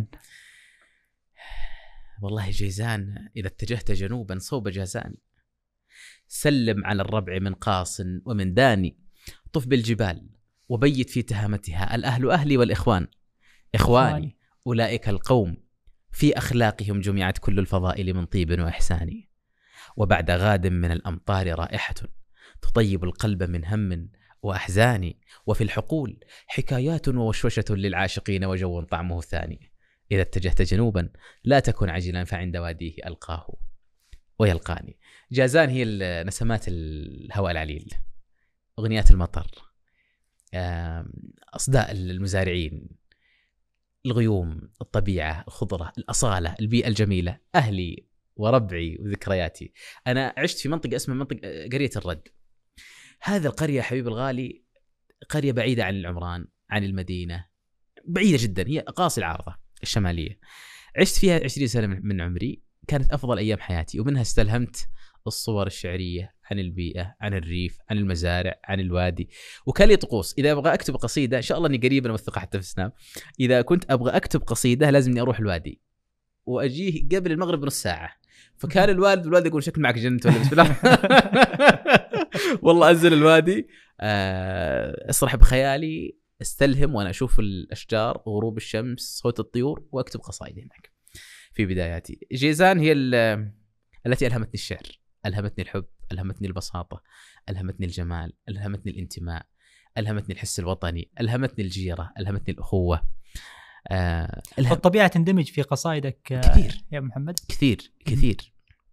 والله جيزان إذا اتجهت جنوبا صوب جازان، سلم على الربع من قاص ومن داني، طف بالجبال وبيت في تهامتها، الأهل أهلي والإخوان إخواني، أولئك القوم في أخلاقهم جمعت كل الفضائل من طيب وإحسان، وبعد غاد من الأمطار رائحة تطيب القلب من هم وأحزان، وفي الحقول حكايات ووشوشة للعاشقين وجو طعمه ثاني، إذا اتجهت جنوبا لا تكن عجلا فعند واديه ألقاه ويلقاني. جازان هي نسمات الهواء العليل، أغنيات المطر، أصداء المزارعين، الغيوم، الطبيعة، الخضرة، الأصالة، البيئة الجميلة، أهلي وربعي وذكرياتي. أنا عشت في منطقة اسمها منطقة قرية الرد. هذه القرية حبيب الغالي قرية بعيدة عن العمران، عن المدينة، بعيدة جدا، هي أقاصي العارضة الشمالية. عشت فيها 20 سنة من عمري، كانت أفضل أيام حياتي، ومنها استلهمت الصور الشعرية عن البيئة، عن الريف، عن المزارع، عن الوادي. وكان لي طقوس إذا أبغى أكتب قصيدة، إن شاء الله أني قريبا موثقة حتى في سناب، إذا كنت أبغى أكتب قصيدة لازم أني أروح الوادي وأجيه قبل المغرب بنص ساعة. فكان الوالد يقول شكل معك جنت ولا بسم الله. والله أنزل الوادي، أسرح بخيالي، استلهم وأنا أشوف الأشجار، غروب الشمس، صوت الطيور، وأكتب قصائد هناك في بداياتي. جيزان هي التي ألهمتني الشعر، ألهمتني الحب، ألهمتني البساطة، ألهمتني الجمال، ألهمتني الانتماء، ألهمتني الحس الوطني، ألهمتني الجيرة، ألهمتني الأخوة. الطبيعة تندمج في قصائدك كثير يا محمد، كثير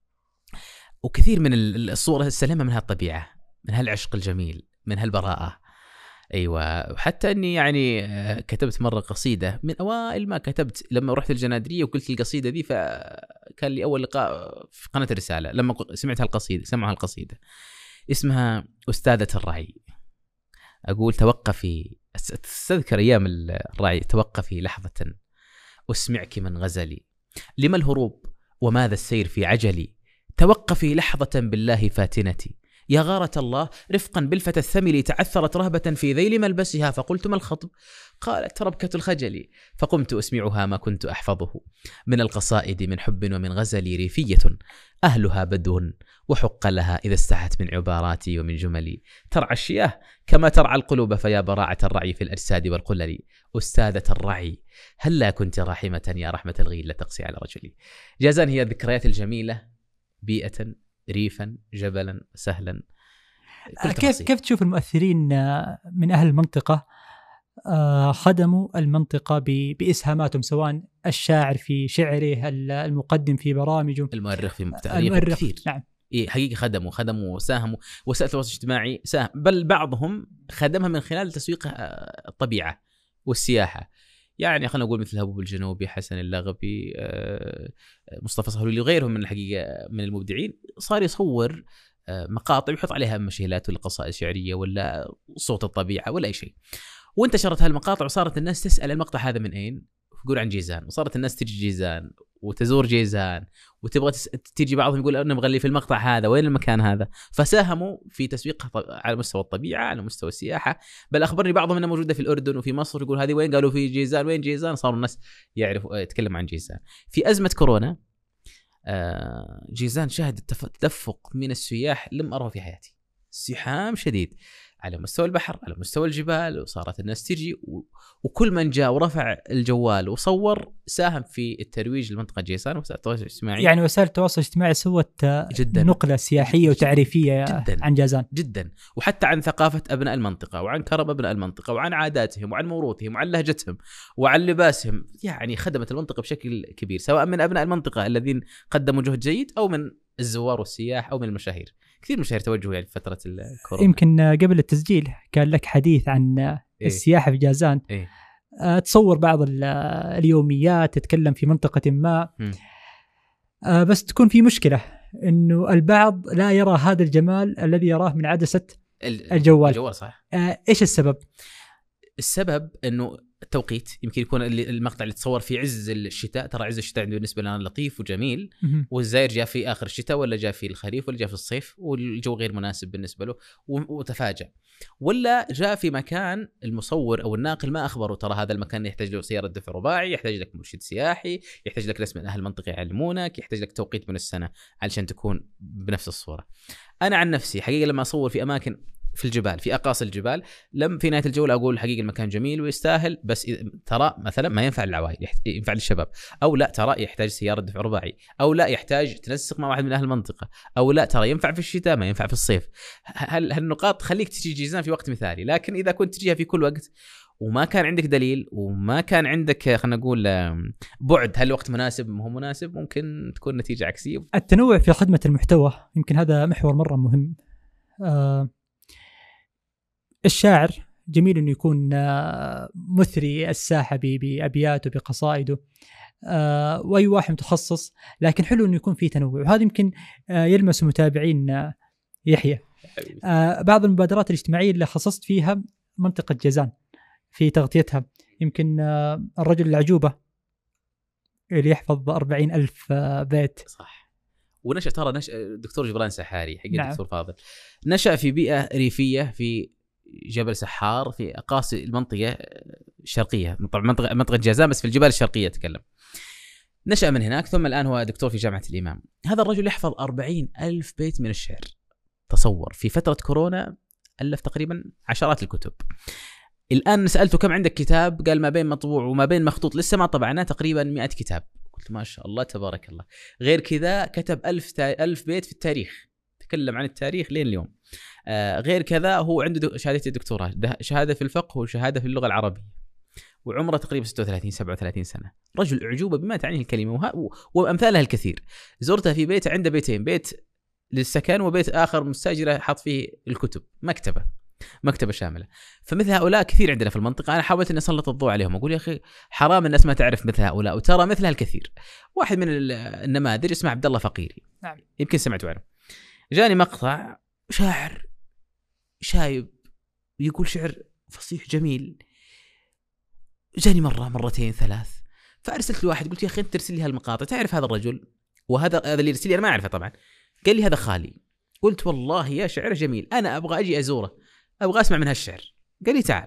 وكثير من الصورة السليمة من هالطبيعة، من هالعشق الجميل، من هالبراءة. أيوة. وحتى أني يعني كتبت مرة قصيدة من أوائل ما كتبت لما رحت الجنادرية وقلت القصيدة دي، فكان لي أول لقاء في قناة الرسالة لما سمعوا هالقصيدة اسمها أستاذة الرعي. أقول توقفي، أستذكر أيام الرعي، توقفي لحظة أسمعك من غزلي، لما الهروب وماذا السير في عجلي، توقفي لحظة بالله فاتنتي، يا غارة الله رفقا بالفتى الثمل، تعثرت رهبة في ذيل ملبسها، فقلت ما الخطب؟ قالت ربكة الخجل، فقمت أسمعها ما كنت أحفظه من القصائد من حب ومن غزل، ريفية أهلها بدو وحق لها إذا استحت من عباراتي ومن جملي، ترعى الشياه كما ترعى القلوب، فيا براعة الرعي في الأجساد والقلل، أستاذة الرعي هلا كنت راحمة يا رحمة الغيل لا تقسي على رجلي. جازان هي الذكريات الجميلة، بيئة، ريفا، جبلا، سهلا. كيف تشوف المؤثرين من أهل المنطقة خدموا المنطقة بإسهاماتهم، سواء الشاعر في شعره، المقدم في برامجه، المؤرخ في تاريخه كثير. نعم. حقيقة خدموا وساهموا. وسائل التواصل الاجتماعي ساهم، بل بعضهم خدمها من خلال تسويق الطبيعة والسياحة. يعني خلينا نقول مثل هبوب الجنوبي، حسن اللغبي، مصطفى صهلولي وغيرهم من الحقيقة من المبدعين، صار يصور مقاطع ويحط عليها مشيلات ولا قصائد شعرية ولا صوت الطبيعة ولا أي شيء، وانتشرت هالمقاطع وصارت الناس تسأل المقطع هذا من أين؟ يقول عن جيزان، وصارت الناس تجي جيزان وتزور جيزان وتبغى تيجي، بعضهم يقول أنا نبغى لي في المقطع هذا، وين المكان هذا؟ فساهموا في تسويقها على مستوى الطبيعة، على مستوى السياحة. بل أخبرني بعضهم أنها موجودة في الأردن وفي مصر، يقول هذه وين؟ قالوا في جيزان. وين جيزان؟ صاروا الناس يعرفوا يتكلم عن جيزان. في أزمة كورونا جيزان شهدت تدفق من السياح لم أره في حياتي، زحام شديد على مستوى البحر، على مستوى الجبال، وصارت الناس تجي وكل من جاء ورفع الجوال وصور ساهم في الترويج لمنطقة جيزان. وسائل التواصل الاجتماعي، يعني وسائل التواصل الاجتماعي سوت نقلة سياحية وتعريفية جداً عن جازان جدا، وحتى عن ثقافة أبناء المنطقة، وعن كرم أبناء المنطقة، وعن عاداتهم، وعن موروثهم، وعن لهجتهم، وعن لباسهم. يعني خدمت المنطقة بشكل كبير، سواء من أبناء المنطقة الذين قدموا جهد جيد، أو من الزوار والسياح، أو من المشاهير. كثير مشاهير توجهوا يعني في فترة الكورونا. يمكن قبل التسجيل كان لك حديث عن السياحة في جازان. تصور بعض اليوميات، تتكلم في منطقة ما، بس تكون في مشكلة إنه البعض لا يرى هذا الجمال الذي يراه من عدسة الجوال. صح. إيش السبب؟ السبب إنه التوقيت. يمكن يكون المقطع اللي تصور في عز الشتاء، ترى عز الشتاء بالنسبة لنا لطيف وجميل، والزاير جاء في آخر الشتاء، ولا جاء في الخريف، ولا جاء في الصيف، والجو غير مناسب بالنسبة له وتفاجأ، ولا جاء في مكان المصور أو الناقل ما أخبره ترى هذا المكان يحتاج له سيارة دفع رباعي، يحتاج لك مرشد سياحي، يحتاج لك ناس من أهل المنطقة يعلمونك، يحتاج لك توقيت من السنة علشان تكون بنفس الصورة. أنا عن نفسي حقيقة لما أصور في أماكن في الجبال، في أقاصي الجبال، لم في نهاية الجولة أقول حقيقة المكان جميل ويستاهل، بس ترى مثلا ما ينفع للعوائل، ينفع للشباب، أو لا ترى يحتاج سيارة دفع رباعي، أو لا يحتاج تنسق مع واحد من أهل المنطقة، أو لا ترى ينفع في الشتاء ما ينفع في الصيف. هالنقاط خليك تجي جيزان في وقت مثالي. لكن إذا كنت تجيها في كل وقت وما كان عندك دليل، وما كان عندك خلينا نقول بعد هل الوقت مناسب ما هو مناسب، ممكن تكون نتيجة عكسية. التنوع في خدمة المحتوى يمكن هذا محور مرة مهم. الشاعر جميل أنه يكون مثري الساحة بأبياته بقصائده، وأي واحد متخصص، لكن حلو أنه يكون فيه تنوع، وهذا يمكن يلمس متابعين يحيى. بعض المبادرات الاجتماعية اللي خصصت فيها منطقة جازان في تغطيتها، يمكن الرجل العجوبة اللي يحفظ 40,000 بيت. صح. ونشأ دكتور جبران سحاري حق نعم. دكتور فاضل نشأ في بيئة ريفية في جبل سحار في أقاصي المنطقة الشرقية، منطقة جازان بس في الجبال الشرقية أتكلم. نشأ من هناك، ثم الآن هو دكتور في جامعة الإمام. هذا الرجل يحفظ 40,000 بيت من الشعر. تصور في فترة كورونا ألف تقريبا عشرات الكتب. الآن سألته كم عندك كتاب؟ قال ما بين مطبوع وما بين مخطوط لسه ما طبعناه تقريبا 100 كتاب. قلت ما شاء الله تبارك الله. غير كذا كتب 1000 بيت في التاريخ، تكلم عن التاريخ لين اليوم. غير كذا هو عنده شهادة الدكتوراه، شهادة في الفقه وشهادة في اللغة العربية، وعمره تقريبا 36-37 سنة. رجل أعجوبة بما تعنيه الكلمة، وأمثالها الكثير. زرتها في بيت، عنده بيتين، بيت للسكن وبيت آخر مستأجرة حط فيه الكتب، مكتبة شاملة. فمثل هؤلاء كثير عندنا في المنطقة. أنا حاولت أن أسلط الضوء عليهم، أقول يا أخي حرام الناس ما تعرف مثل هؤلاء، وترى مثلها الكثير. واحد من النماذج اسمه عبد الله فقيري، نعم. يمكن سمعتوا عنه. جاني مقطع شاعر شايب يقول شعر فصيح جميل، جاني مرة مرتين ثلاث، فأرسلت له واحد قلت يا أخي أنت ترسل لي هالمقاطع، تعرف هذا الرجل؟ وهذا اللي يرسل لي أنا ما أعرفه طبعا. قال لي هذا خالي. قلت والله يا شعر جميل، أنا أبغى أجي أزوره، أبغى أسمع من هالشعر. قال لي تعال.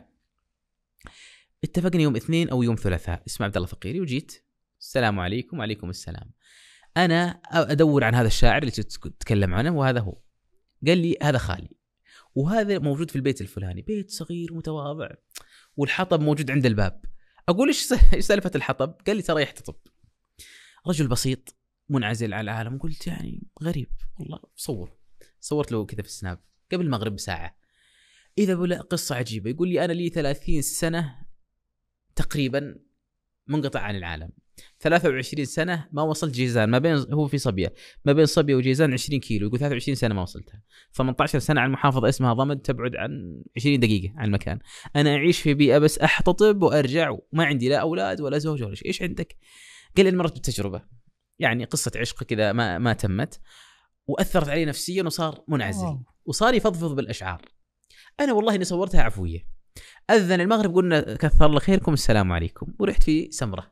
اتفقنا يوم اثنين أو يوم ثلاثاء، اسمه عبد الله فقيري، وجيت السلام عليكم. وعليكم السلام. أنا أدور عن هذا الشاعر اللي تتكلم عنه، وهذا هو. قال لي هذا خالي، وهذا موجود في البيت الفلاني، بيت صغير متواضع، والحطب موجود عند الباب. أقول إيش سالفة الحطب؟ قال لي ترى يحتطب. رجل بسيط منعزل على العالم. قلت يعني غريب والله. صورت له كذا في السناب قبل المغرب بساعة. إذا بلا قصة عجيبة. يقول لي أنا لي 30 سنة تقريبا منقطع عن العالم، 23 سنة ما وصلت جيزان، ما بين هو في صبية، ما بين صبية وجيزان 20 كيلو. يقول 23 سنة ما وصلتها. 18 سنة عن محافظة اسمها ضمد تبعد عن 20 دقيقة عن المكان. أنا أعيش في بيئة بس أحتطب وأرجع، وما عندي لا أولاد ولا زوج ولا شيء. إيش عندك؟ قال لي مرت بالتجربة، يعني قصة عشق كذا ما تمت، وأثرت علي نفسيا، وصار منعزل، وصار يفضفض بالأشعار. أنا والله إني صورتها عفوية. أذن المغرب، قلنا كثر الله خيركم، السلام عليكم، ورحت في سمرة.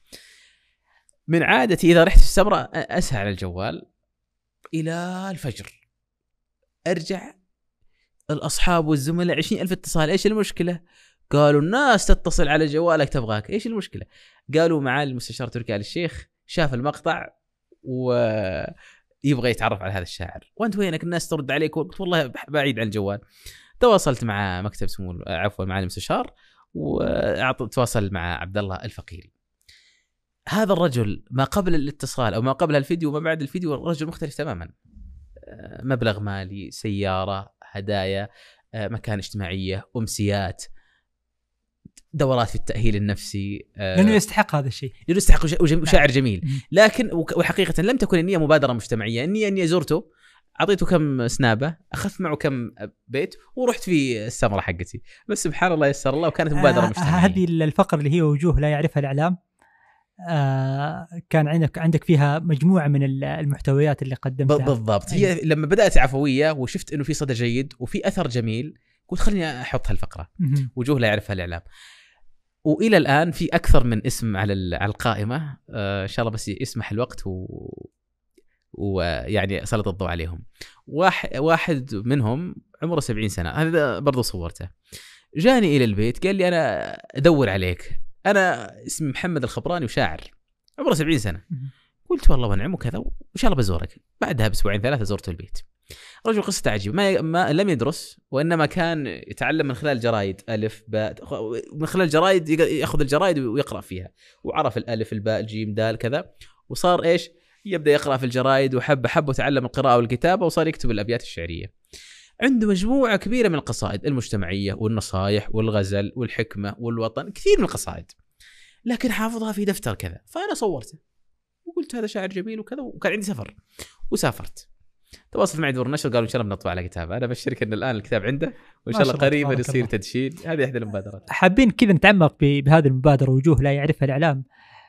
من عادتي إذا رحت في السمرة أسهى على الجوال إلى الفجر، أرجع الأصحاب والزملاء 20,000 اتصال. إيش المشكلة؟ قالوا الناس تتصل على جوالك تبغاك. إيش المشكلة؟ قالوا معالي المستشار تركي آل الشيخ شاف المقطع ويبغى يتعرف على هذا الشاعر، وأنت وينك؟ الناس ترد عليك. قلت والله بعيد عن الجوال. تواصلت مع مكتب معالي المستشار، وتواصل مع عبد الله الفقيري. هذا الرجل ما قبل الاتصال أو ما قبل الفيديو وما بعد الفيديو رجل مختلف تماما. مبلغ مالي، سيارة، هدايا، مكان اجتماعية، أمسيات، دورات في التأهيل النفسي، لأنه يستحق هذا الشيء، لأنه يستحق شاعر جميل. لكن وحقيقة لم تكن النية مبادرة مجتمعية. النية أني زرته، أعطيته كم سنابة، أخذت معه كم بيت، ورحت في السمرة حقتي. بس سبحان الله يسر الله، وكانت مبادرة مجتمعية. هذه الفقرة اللي هي وجوه لا يعرفها الإعلام، كان عندك فيها مجموعة من المحتويات اللي قدمتها. بالضبط. هي لما بدأت عفوية وشفت أنه في صدى جيد وفي أثر جميل، قلت خليني أحط هالفقرة وجوه لا يعرفها الإعلام. وإلى الآن في أكثر من اسم على القائمة، إن شاء الله بس يسمح الوقت ويعني أسلط الضوء عليهم. واحد منهم عمره 70 سنة، هذا برضو صورته. جاني إلى البيت قال لي أنا أدور عليك، أنا اسمي محمد الخبراني وشاعر، عمره 70 سنة. قلت والله ونعم وكذا، وإن شاء الله بزورك. بعدها بأسبوعين ثلاثة زرت البيت. رجل قصته عجيبة، ما لم يدرس، وإنما كان يتعلم من خلال جرايد ألف باء، من خلال جرايد يأخذ الجرايد ويقرأ فيها، وعرف الألف الباء الجيم دال كذا، وصار إيش يبدأ يقرأ في الجرايد، وحب وتعلم القراءة والكتابة، وصار يكتب الأبيات الشعرية. عنده مجموعة كبيرة من القصائد المجتمعية والنصائح والغزل والحكمة والوطن، كثير من القصائد، لكن حافظها في دفتر كذا. فأنا صورته وقلت هذا شاعر جميل وكذا، وكان عندي سفر وسافرت. تواصل معي دور النشر، قالوا إن شاء الله بنطبع على كتاب. أنا بشرك أن الآن الكتاب عنده، وإن شاء الله قريبا يصير تدشين. هذه إحدى المبادرات. حابين كذا نتعمق بهذه المبادرة وجوه لا يعرفها الإعلام.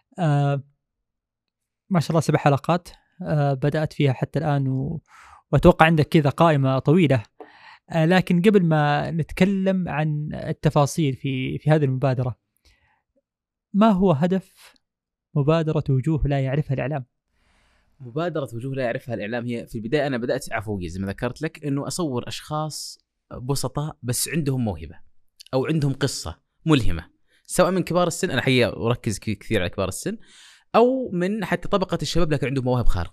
ما شاء الله 7 حلقات بدأت فيها حتى الآن، وأتوقع عندك كذا قائمة طويلة. لكن قبل ما نتكلم عن التفاصيل في هذه المبادرة، ما هو هدف مبادرة وجوه لا يعرفها الإعلام؟ مبادرة وجوه لا يعرفها الإعلام هي في البداية أنا بدأت عفوية زي ما ذكرت لك، إنه أصور أشخاص بسطاء بس عندهم موهبة أو عندهم قصة ملهمة، سواء من كبار السن، أنا حقيقة أركز كثير على كبار السن، أو من حتى طبقة الشباب لكن عندهم مواهب خارقة.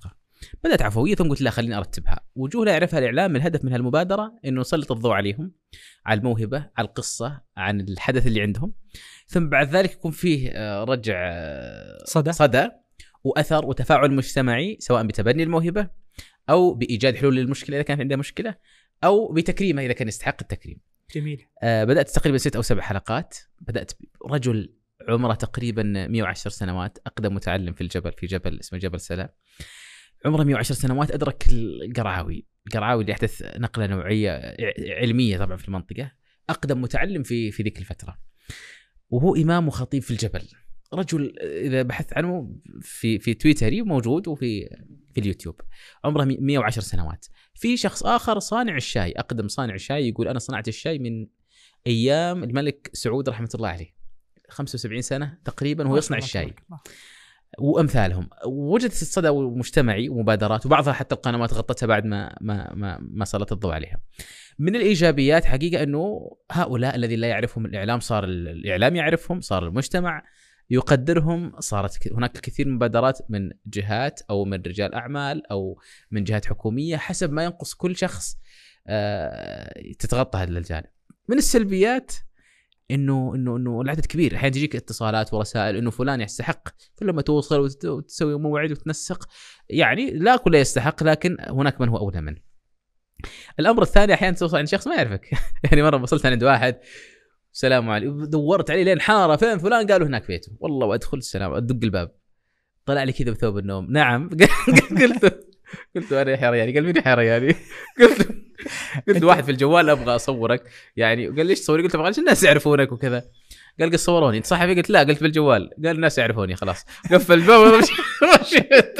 بدأت عفوية، ثم قلت لا خليني أرتبها. وجوه لا يعرفها الإعلام، الهدف من هالمبادرة إنه نسلط الضوء عليهم، على الموهبة، على القصة، عن الحدث اللي عندهم، ثم بعد ذلك يكون فيه رجع صدى وأثر وتفاعل مجتمعي، سواء بتبني الموهبة أو بإيجاد حلول للمشكلة إذا كانت عندها مشكلة، أو بتكريمه إذا كان يستحق التكريم. جميل. بدأت تقريبا 6 أو 7 حلقات. بدأت رجل عمره تقريبا 110 سنوات، أقدم متعلم في جبل اسمه جبل سلام، عمره 110 سنوات، أدرك القرعاوي اللي أحدث نقلة نوعية علمية طبعا في المنطقة، أقدم متعلم في ذيك الفترة، وهو إمام وخطيب في الجبل. رجل إذا بحثت عنه في تويتري موجود، وفي اليوتيوب، عمره 110 سنوات. في شخص آخر صانع الشاي، أقدم صانع الشاي، يقول أنا صنعت الشاي من أيام الملك سعود رحمة الله عليه، 75 سنة تقريبا وهو يصنع الشاي، وأمثالهم. وجدت الصدى مجتمعي ومبادرات، وبعضها حتى القنوات غطتها بعد ما سلط الضوء عليها. من الإيجابيات حقيقة أنه هؤلاء الذي لا يعرفهم الإعلام، صار الإعلام يعرفهم، صار المجتمع يقدرهم، صارت هناك الكثير من مبادرات من جهات أو من رجال أعمال أو من جهات حكومية، حسب ما ينقص كل شخص تتغطى هذا الجانب. من السلبيات انه العدد كبير، احيانا تجيك اتصالات ورسائل انه فلان يستحق، فلما توصل وتسوي موعد وتنسق، يعني لا كل يستحق، لكن هناك من هو اولى منه. الامر الثاني، احيانا توصل عند شخص ما يعرفك يعني مره وصلت عند واحد، السلام عليكم، دورت عليه لين حاره، فين فلان؟ قالوا هناك بيته، والله وادخل السلام، ادق الباب، طلع لي كذا بثوب النوم، نعم قلت انا يحيى رياني، قال مين يحيى رياني؟ قلت واحد في الجوال ابغى اصورك، يعني قال ليش تصوري؟ قلت ابغى الناس يعرفونك وكذا. قال صوروني انت صحفي؟ قلت لا، قلت بالجوال. قال الناس يعرفوني، خلاص قفل الباب ومشيت.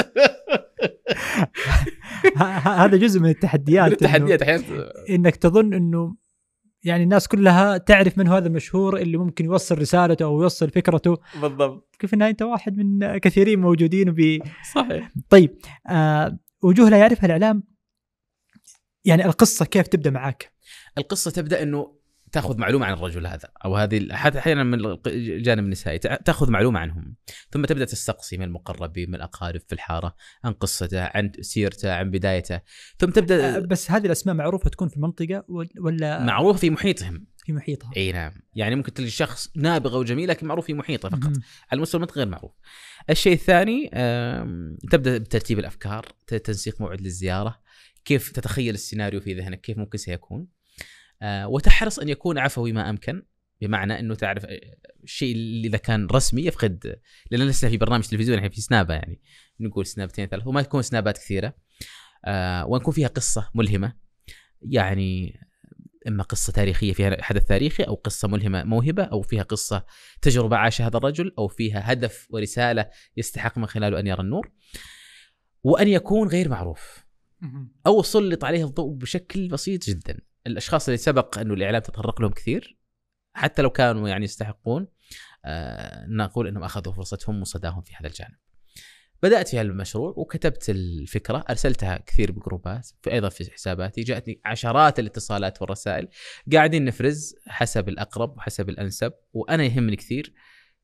هذا جزء من التحديات احيانا انك تظن انه يعني الناس كلها تعرف من هذا المشهور اللي ممكن يوصل رسالته او يوصل فكرته بالضبط، كيف انها انت واحد من كثيرين موجودين صحيح. طيب وجوه لا يعرفها الإعلام، يعني القصة كيف تبدأ معك؟ القصة تبدأ إنه تأخذ معلومة عن الرجل هذا أو هذه، حتى أحيانا من الجانب النسائي تأخذ معلومة عنهم، ثم تبدأ تستقصي من المقربين، من الأقارب في الحارة، عن قصته، عن سيرته، عن بدايته، ثم تبدأ. بس هذه الأسماء معروفة تكون في المنطقة ولا معروفة في محيطهم؟ في محيطها. اي نعم، يعني ممكن تلقي شخص نابغة وجميل لكن معروف في محيطه فقط، على المستوى المنطقي غير معروف. الشيء الثاني، تبدأ بترتيب الأفكار، تنسيق موعد للزيارة، كيف تتخيل السيناريو في ذهنك كيف ممكن سيكون، وتحرص أن يكون عفوي ما أمكن، بمعنى أنه تعرف الشيء اللي إذا كان رسمي يفقد، لأن لسه في برنامج تلفزيوني الحين في سنابة، يعني نقول سنابتين 3 وما تكون سنابات كثيرة، ونكون فيها قصة ملهمة، يعني إما قصة تاريخية فيها حدث تاريخي، أو قصة ملهمة موهبة، أو فيها قصة تجربة عاشها هذا الرجل، أو فيها هدف ورسالة يستحق من خلاله أن يرى النور، وأن يكون غير معروف أو سلط عليه الضوء بشكل بسيط جدا. الأشخاص اللي سبق أنه الإعلام تطرق لهم كثير حتى لو كانوا يعني يستحقون، نقول أنهم أخذوا فرصتهم وصداهم في هذا الجانب. بدأت في المشروع وكتبت الفكرة، أرسلتها كثير بجروبات، أيضا في حساباتي جاءتني عشرات الاتصالات والرسائل، قاعدين نفرز حسب الأقرب وحسب الأنسب. وأنا يهمني كثير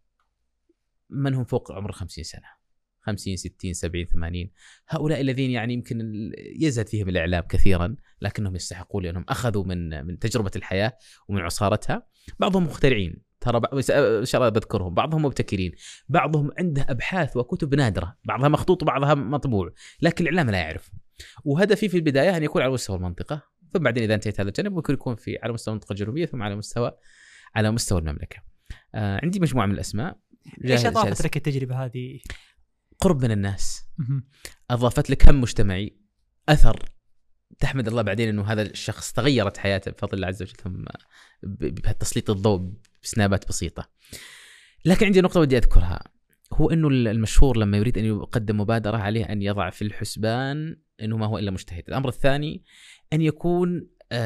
من هم فوق عمر 50 سنة، 50 60 70 80، هؤلاء الذين يعني يمكن يزهد فيهم الإعلام كثيرا لكنهم يستحقون، لأنهم أخذوا من تجربة الحياة ومن عصارتها. بعضهم مخترعين ترى، إن شاء الله بذكرهم، بعضهم مبتكرين، بعضهم عنده أبحاث وكتب نادرة، بعضها مخطوط وبعضها مطبوع، لكن الإعلام لا يعرف. وهدفي في البداية أن يكون على مستوى المنطقة، ثم بعدين إذا انتهيت هذا الجانب ممكن يكون على مستوى المنطقة الجنوبية، ثم على مستوى المملكة. عندي مجموعة من الأسماء. إيش أضافت لك التجربة هذه؟ قرب من الناس، أضافت لك هم مجتمعي، أثر تحمد الله بعدين أنه هذا الشخص تغيرت حياته بفضل الله عز وجل، ثم بتسليط الضوء بسنابات بسيطة. لكن عندي نقطة ودي أذكرها، هو أنه المشهور لما يريد أن يقدم مبادرة عليه أن يضع في الحسبان أنه ما هو إلا مجتهد. الأمر الثاني أن يكون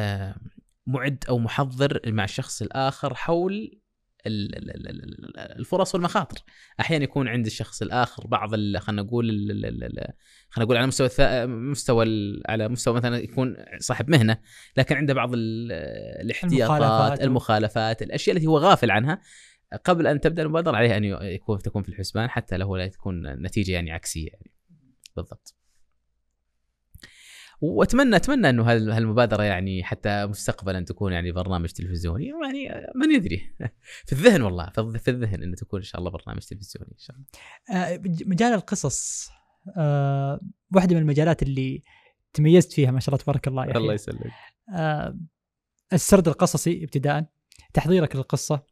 معد أو محضر مع الشخص الآخر حول الفرص والمخاطر. احيانا يكون عند الشخص الاخر بعض خلينا نقول على مستوى على مستوى مثلا يكون صاحب مهنه، لكن عنده بعض الاحتياطات، المخالفات، الاشياء التي هو غافل عنها. قبل ان تبدا المبادره عليه ان تكون في الحسبان، حتى لو لا تكون نتيجه يعني عكسيه يعني. بالضبط. واتمنى انه هالمبادره يعني حتى مستقبلا تكون يعني برنامج تلفزيوني، يعني من يدري في الذهن والله في الذهن انه تكون ان شاء الله برنامج تلفزيوني ان شاء الله. مجال القصص واحده من المجالات اللي تميزت فيها ما شاء الله تبارك الله يا الله يسلمك. السرد القصصي ابتداء، تحضيرك للقصه،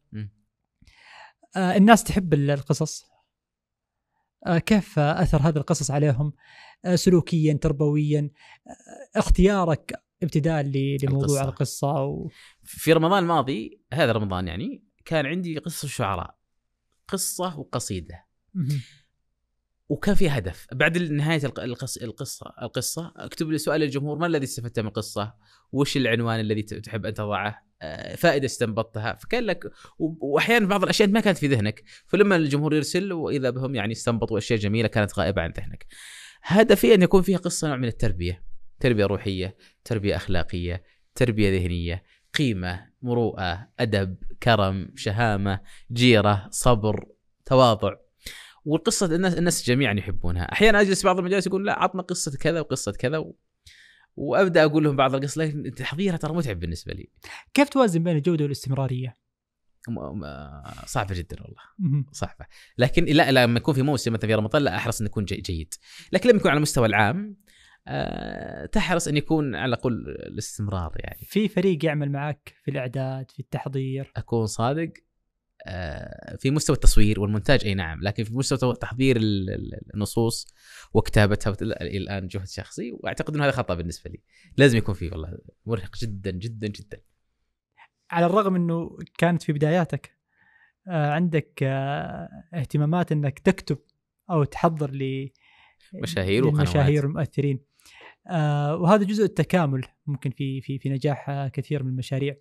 الناس تحب القصص، كيف أثر هذا القصص عليهم سلوكيا تربويا، اختيارك ابتداء لموضوع القصة في رمضان الماضي هذا رمضان يعني كان عندي قصة شعراء، قصة وقصيدة، وكان في هدف بعد نهاية القصة أكتب لي سؤال للجمهور: ما الذي استفدته من القصة؟ وش العنوان الذي تحب أن تضعه؟ فائدة استنبطتها. فكان لك وأحيانا بعض الأشياء ما كانت في ذهنك، فلما الجمهور يرسل وإذا بهم يعني استنبطوا أشياء جميلة كانت غائبة عن ذهنك. هدفي أن يكون فيها قصة نوع من التربية، تربية روحية، تربية أخلاقية، تربية ذهنية، قيمة، مروءة، أدب، كرم، شهامة، جيرة، صبر، تواضع. والقصة الناس جميعا يحبونها. أحيانا أجلس بعض المجالس يقول لا عطنا قصة كذا وقصة كذا وأبدأ أقول لهم بعض القصص، لكن تحضيرها ترى متعب بالنسبة لي. كيف توازن بين الجودة والاستمرارية؟ صعبة جدا والله، صعبة. لكن لا لما يكون في موسم مثلا في رمضان لا أحرص أن يكون جيد، لكن لما يكون على المستوى العام تحرص أن يكون على الأقل الاستمرار. يعني في فريق يعمل معك في الإعداد، في التحضير؟ أكون صادق، في مستوى التصوير والمونتاج أي نعم، لكن في مستوى تحضير النصوص وكتابتها الآن جهد شخصي، وأعتقد أن هذا خطأ بالنسبة لي. لازم يكون فيه، والله مرهق جدا جدا جدا. على الرغم أنه كانت في بداياتك عندك اهتمامات أنك تكتب أو تحضر مشاهير ومؤثرين، وهذا جزء التكامل ممكن في نجاح كثير من المشاريع.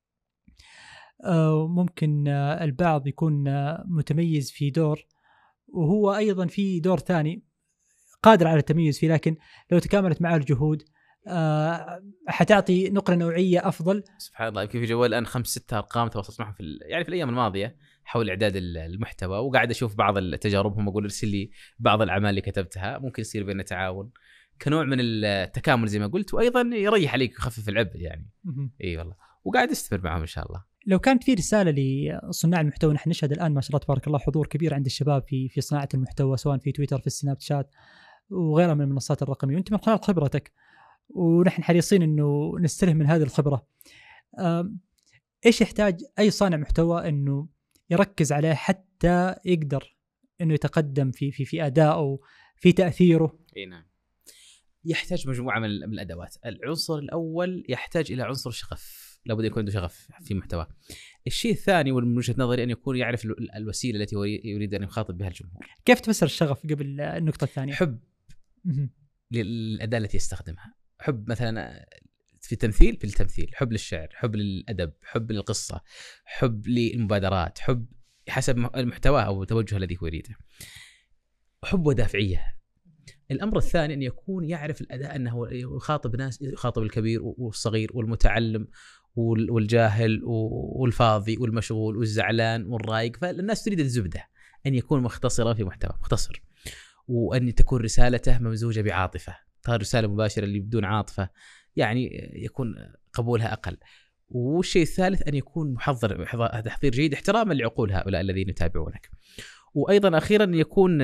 ممكن البعض يكون متميز في دور وهو أيضا في دور ثاني قادر على التميز فيه، لكن لو تكاملت معه الجهود حتعطي نقلة نوعية أفضل. سبحان الله، يمكن في جوال الآن 5-6 أرقام تواصلت معهم في الأيام الماضية حول إعداد المحتوى، وقاعد أشوف بعض التجاربهم، أقول ارسل لي بعض الأعمال اللي كتبتها، ممكن يصير بيننا تعاون كنوع من التكامل زي ما قلت، وأيضا يريح عليك ويخفف العبء يعني. إيه والله، وقاعد استمر معهم إن شاء الله. لو كانت في رسالة لصناع المحتوى، نحن نشهد الآن ما شاء الله تبارك الله حضور كبير عند الشباب في صناعة المحتوى، سواء في تويتر، في السناب شات وغيرها من المنصات الرقمية، وانت من خلال خبرتك ونحن حريصين انه نستلهم من هذه الخبرة، ايش يحتاج اي صانع محتوى انه يركز عليه حتى يقدر انه يتقدم في ادائه، في تأثيره؟ اي نعم، يحتاج مجموعة من الادوات. العنصر الاول يحتاج الى عنصر شغف، لابد يكون عنده شغف في محتوى. الشيء الثاني ومن وجهة نظري أن يكون يعرف الوسيلة التي يريد أن يخاطب بها الجمهور. كيف تفسر الشغف قبل النقطة الثانية؟ حب للأداة التي يستخدمها، حب مثلا في التمثيل، حب للشعر، حب للأدب، حب للقصة، حب للمبادرات، حب حسب المحتوى أو التوجه الذي هو يريده، حب ودافعية. الأمر الثاني أن يكون يعرف الأداء أنه يخاطب ناس، يخاطب الكبير والصغير والمتعلم والجاهل والفاضي والمشغول والزعلان والرايق. فالناس تريد الزبدة، أن يكون مختصرا في محتوى مختصر، وأن تكون رسالته ممزوجة بعاطفة. رسالة مباشرة اللي بدون عاطفة يعني يكون قبولها أقل. والشيء الثالث أن يكون محضر تحضير جيد احتراما لعقول هؤلاء الذين يتابعونك. وأيضا أخيرا يكون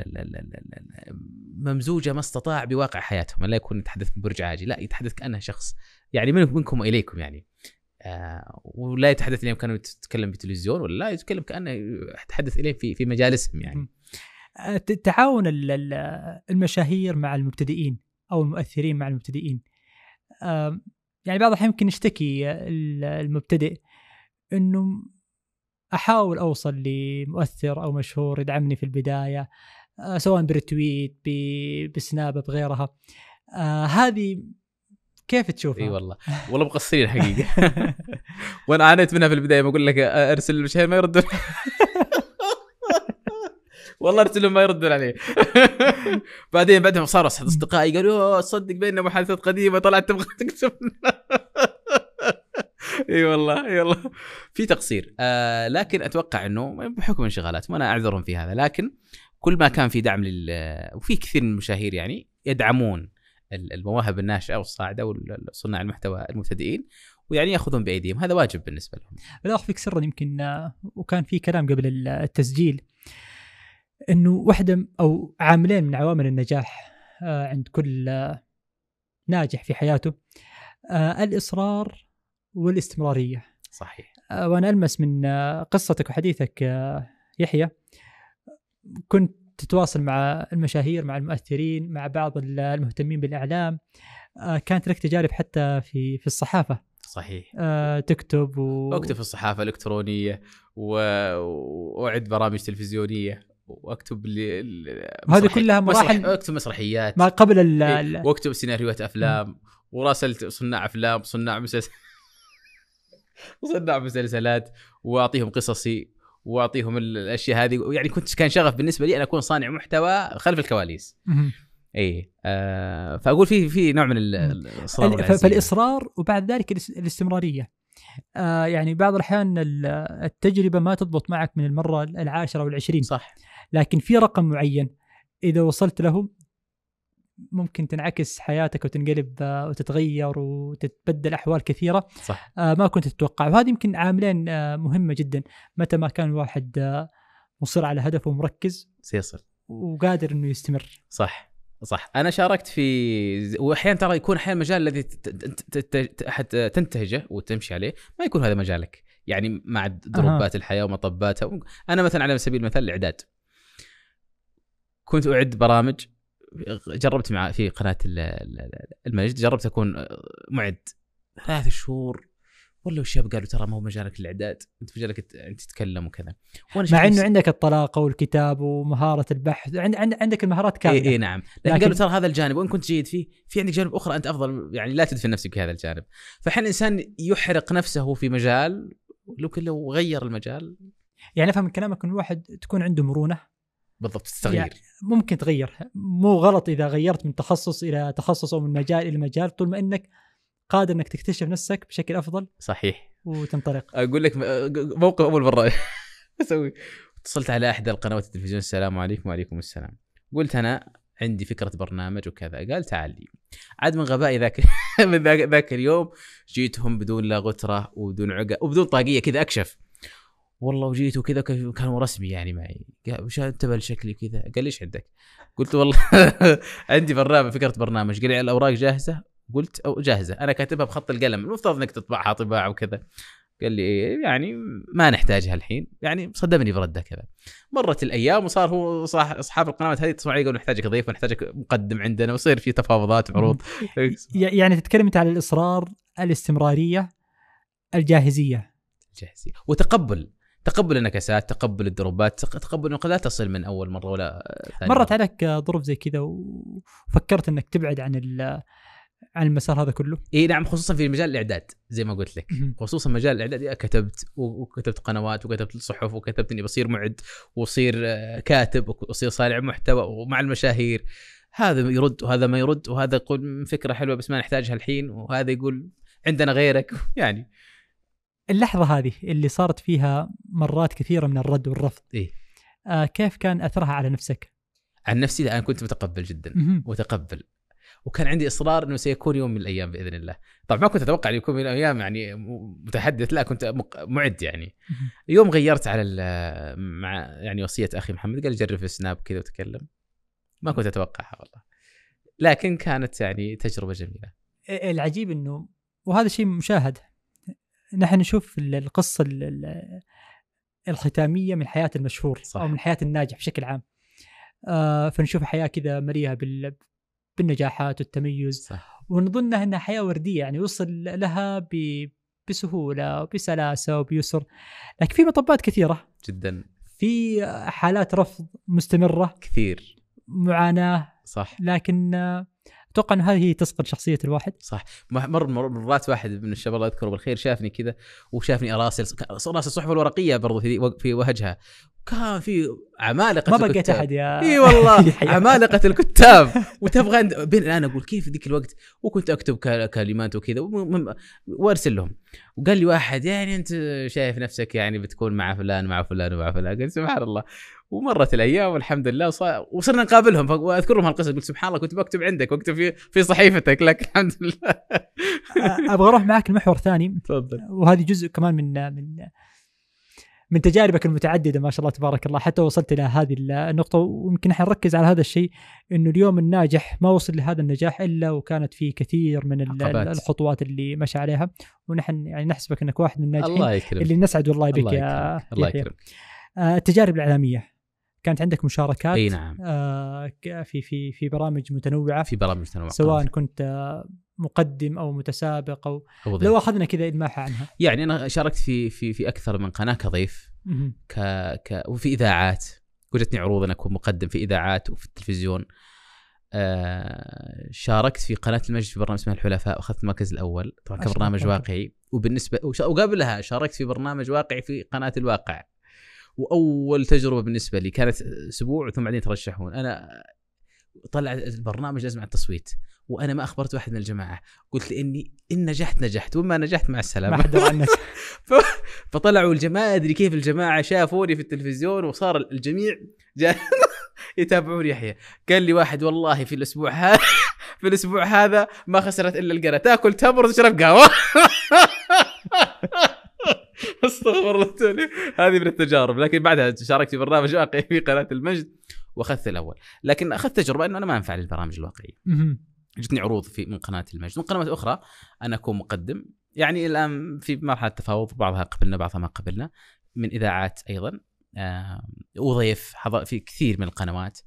ممزوجة ما استطاع بواقع حياتهم، لا يكون يتحدث ببرج عاجي، لا يتحدث كأنه شخص يعني منكم وإليكم يعني. ولا يتحدث اليوم كانوا يتكلم بتلفزيون، ولا لا يتكلم كأنه يتحدث إليه في مجالسهم يعني. تعاون المشاهير مع المبتدئين أو المؤثرين مع المبتدئين، يعني بعض الأحيان يمكن يشتكي المبتدئ إنه أحاول أوصل لمؤثر أو مشهور يدعمني في البداية، سواء برتويت بسناب بغيرها. هذه كيف تشوفها؟ اي والله مقصرين حقيقة. وانا عانيت منها في البداية، ما اقول لك ارسل المشاهير ما يردون. والله ارسلهم ما يردون عليه. بعدين صاروا اصدقائي قالوا صدق بيننا محادثات قديمة طلعت تبغى تكتب. اي والله في تقصير، لكن اتوقع انه بحكم انشغالات وانا اعذرهم في هذا، لكن كل ما كان في دعم وفي كثير من المشاهير يعني يدعمون المواهب الناشئه والصاعده وصناع المحتوى المبتدئين، ويعني ياخذون بايديهم. هذا واجب بالنسبه لهم. لا اخفيك سرا، يمكن وكان في كلام قبل التسجيل انه واحده او عاملين من عوامل النجاح عند كل ناجح في حياته الاصرار والاستمراريه. صحيح. وانا المس من قصتك وحديثك يحيى، كنت تتواصل مع المشاهير، مع المؤثرين، مع بعض المهتمين بالاعلام، كانت لك تجارب حتى في الصحافه. صحيح. تكتب اكتب في الصحافه الالكترونيه واعد برامج تلفزيونيه، واكتب هذه كلها مراحل. اكتب مسرحيات ما قبل واكتب سيناريوهات افلام، وراسلت صناع افلام، صناع مسلسلات، واعطيهم قصصي واعطيهم الاشياء هذه. يعني كان شغف بالنسبه لي ان اكون صانع محتوى خلف الكواليس. اي فاقول في نوع من الاصرار، فالاصرار وبعد ذلك الاستمراريه. يعني بعض الاحيان التجربه ما تضبط معك من المره العاشرة والعشرين، صح، لكن في رقم معين اذا وصلت له ممكن تنعكس حياتك وتنقلب وتتغير وتتبدل احوال كثيره. صح. ما كنت تتوقع. وهذه يمكن عاملين مهمه جدا. متى ما كان الواحد مصر على هدفه ومركز سيصل وقادر انه يستمر. صح. انا شاركت في، واحيانا ترى يكون احيانا المجال الذي تنتهجه وتمشي عليه ما يكون هذا مجالك، يعني مع ضربات الحياه ومطباتها. انا مثلا على سبيل المثال الاعداد، كنت اعد برامج. جربت في قناه المجد، جربت اكون معد 3 شهور. ولا الشباب قالوا ترى ما هو مجالك الاعداد، انت مجالك انت تتكلم وكذا. مع انه عندك الطلاقه والكتاب ومهاره البحث، عندك المهارات كامله. اي نعم. لكن قالوا ترى هذا الجانب وان كنت جيد فيه، في عندك جانب اخرى انت افضل، يعني لا تدفن نفسك بهذا الجانب. فحين الانسان يحرق نفسه في مجال لو غير المجال. يعني افهم من كلامك ان الواحد تكون عنده مرونه. بالضبط، تستغير. يعني ممكن تغير، مو غلط اذا غيرت من تخصص الى تخصص او من مجال الى مجال، طول ما انك قادر انك تكتشف نفسك بشكل افضل. صحيح. وتنطلق. اقول لك موقف اول مره اسوي، اتصلت على احدى القنوات التلفزيون، السلام عليكم. وعليكم السلام. قلت انا عندي فكره برنامج وكذا. قال تعال لي. عاد من غبائي ذاك اليوم جيتهم بدون لا غتره وبدون عقه وبدون طاقيه كذا اكشف والله، وجيت وكذا كانوا رسمي يعني معي. قال وش انتبه لشكلي كذا؟ قال ليش عندك؟ قلت والله عندي فكره برنامج. قال لي الاوراق جاهزه؟ قلت أو جاهزه، انا كاتبها بخط القلم، المفترض انك تطبعها طباعه وكذا. قال لي يعني ما نحتاجها الحين. يعني صدمني برده كذا. مرت الايام وصار هو اصحاب القنوات هذه يتصلون علي يقولون نحتاجك ضيف ونحتاجك مقدم عندنا، ويصير في تفاوضات وعروض. يعني تتكلم انت على الاصرار، الاستمراريه، الجاهزيه وتقبل النكسات، تقبل الدروبات، تقبل انك لا تصل من اول مره ولا ثاني مرت عليك ظروف زي كذا وفكرت انك تبعد عن المسار هذا كله؟ اي نعم، خصوصا في مجال الاعداد زي ما قلت لك. خصوصا مجال الاعداد كتبت وكتبت قنوات وكتبت صحف وكتبت اني بصير معد وصير كاتب وصير صانع محتوى ومع المشاهير. هذا يرد وهذا ما يرد، وهذا يقول فكره حلوه بس ما نحتاجها الحين، وهذا يقول عندنا غيرك. يعني اللحظه هذه اللي صارت فيها مرات كثيره من الرد والرفض، كيف كان اثرها على نفسك؟ عن نفسي انا كنت متقبل جدا متقبل، وكان عندي إصرار أنه سيكون يوم من الأيام بإذن الله. طبعا ما كنت أتوقع أن يكون من الأيام يعني متحدث، لا كنت معد. يعني يوم غيرت على مع يعني وصية أخي محمد، قال جرب في السناب كذا وتكلم. ما كنت أتوقعها والله، لكن كانت يعني تجربة جميلة. العجيب أنه وهذا شيء مشاهد، نحن نشوف القصة الختامية من حياة المشهور، صح، أو من حياة الناجح بشكل عام. فنشوف حياة كذا مليئة بالنجاحات والتميز، صح. ونظنها أنها حياة وردية، يعني يوصل لها بسهولة وبسلاسة وبيسر. لكن في مطبات كثيرة جدا، في حالات رفض مستمرة كثير، معاناة، صح. لكن أتوقع أن هذه تسقط شخصية الواحد، صح. مرات واحد من الشباب الله يذكره بالخير شافني كذا وشافني أراسل الصحف الورقية برضو في وجهها، كان في عمالقة ما بقيت أحد يا إيه والله عمالقة الكتاب. وتبغى بين الآن أقول كيف ذيك الوقت، وكنت أكتب كلمات وكذا وأرسل لهم. وقال لي واحد يعني أنت شايف نفسك يعني بتكون مع فلان ومع فلان. قلت سبحان الله. ومرت الايام والحمد لله وصرنا نقابلهم، واذكرهم هالقصه قلت سبحان الله كنت بكتب عندك واكتب في صحيفتك لك الحمد لله. ابغى اروح معك المحور ثاني. تفضل. وهذه جزء كمان من تجاربك المتعدده ما شاء الله تبارك الله، حتى وصلت الى هذه النقطه. ويمكن احنا نركز على هذا الشيء، انه اليوم الناجح ما وصل لهذا النجاح الا وكانت في كثير من الخطوات اللي مشى عليها، ونحن يعني نحسبك انك واحد من الناجحين. الله يكرمك. اللي نسعد والله بك الله يكرمك. التجارب الإعلامية كانت عندك مشاركات. اي نعم. في برامج متنوعة. في برامج متنوعة سواء كنت مقدم او متسابق او لو اخذنا كذا إلماحة عنها. يعني انا شاركت في اكثر من قناة كضيف وفي اذاعات، وجتني عروض ان اكون مقدم في اذاعات وفي التلفزيون. شاركت في قناة المجد في برنامج اسمه الحلفاء واخذت المركز الاول طبعا كبرنامج واقعي. وبالنسبة وقبلها شاركت في برنامج واقعي في قناة الواقع، واول تجربه بالنسبه لي كانت اسبوع ثم بعدين ترشحون. انا طلع البرنامج لازم على التصويت، وانا ما اخبرت واحد من الجماعه، قلت لاني ان نجحت وما نجحت مع السلامه. ما حد عنك. فطلعوا الجماعه، ادري كيف الجماعه شافوني في التلفزيون وصار الجميع يتابعون يحيى. قال لي واحد والله في الاسبوع هذا ما خسرت الا القرا، تاكل تمر وتشرب قهوه. استغفر الله. هذه من التجارب. لكن بعدها شاركت في برنامج واقعي في قناة المجد واخذت الاول. لكن اخذت تجربه انه انا ما انفع للبرامج الواقعيه. جتني عروض من قناه المجد، من قنوات اخرى انا اكون مقدم. يعني الان في مرحله تفاوض، بعضها قبلنا بعضها ما قبلنا، من اذاعات ايضا وضيف في كثير من القنوات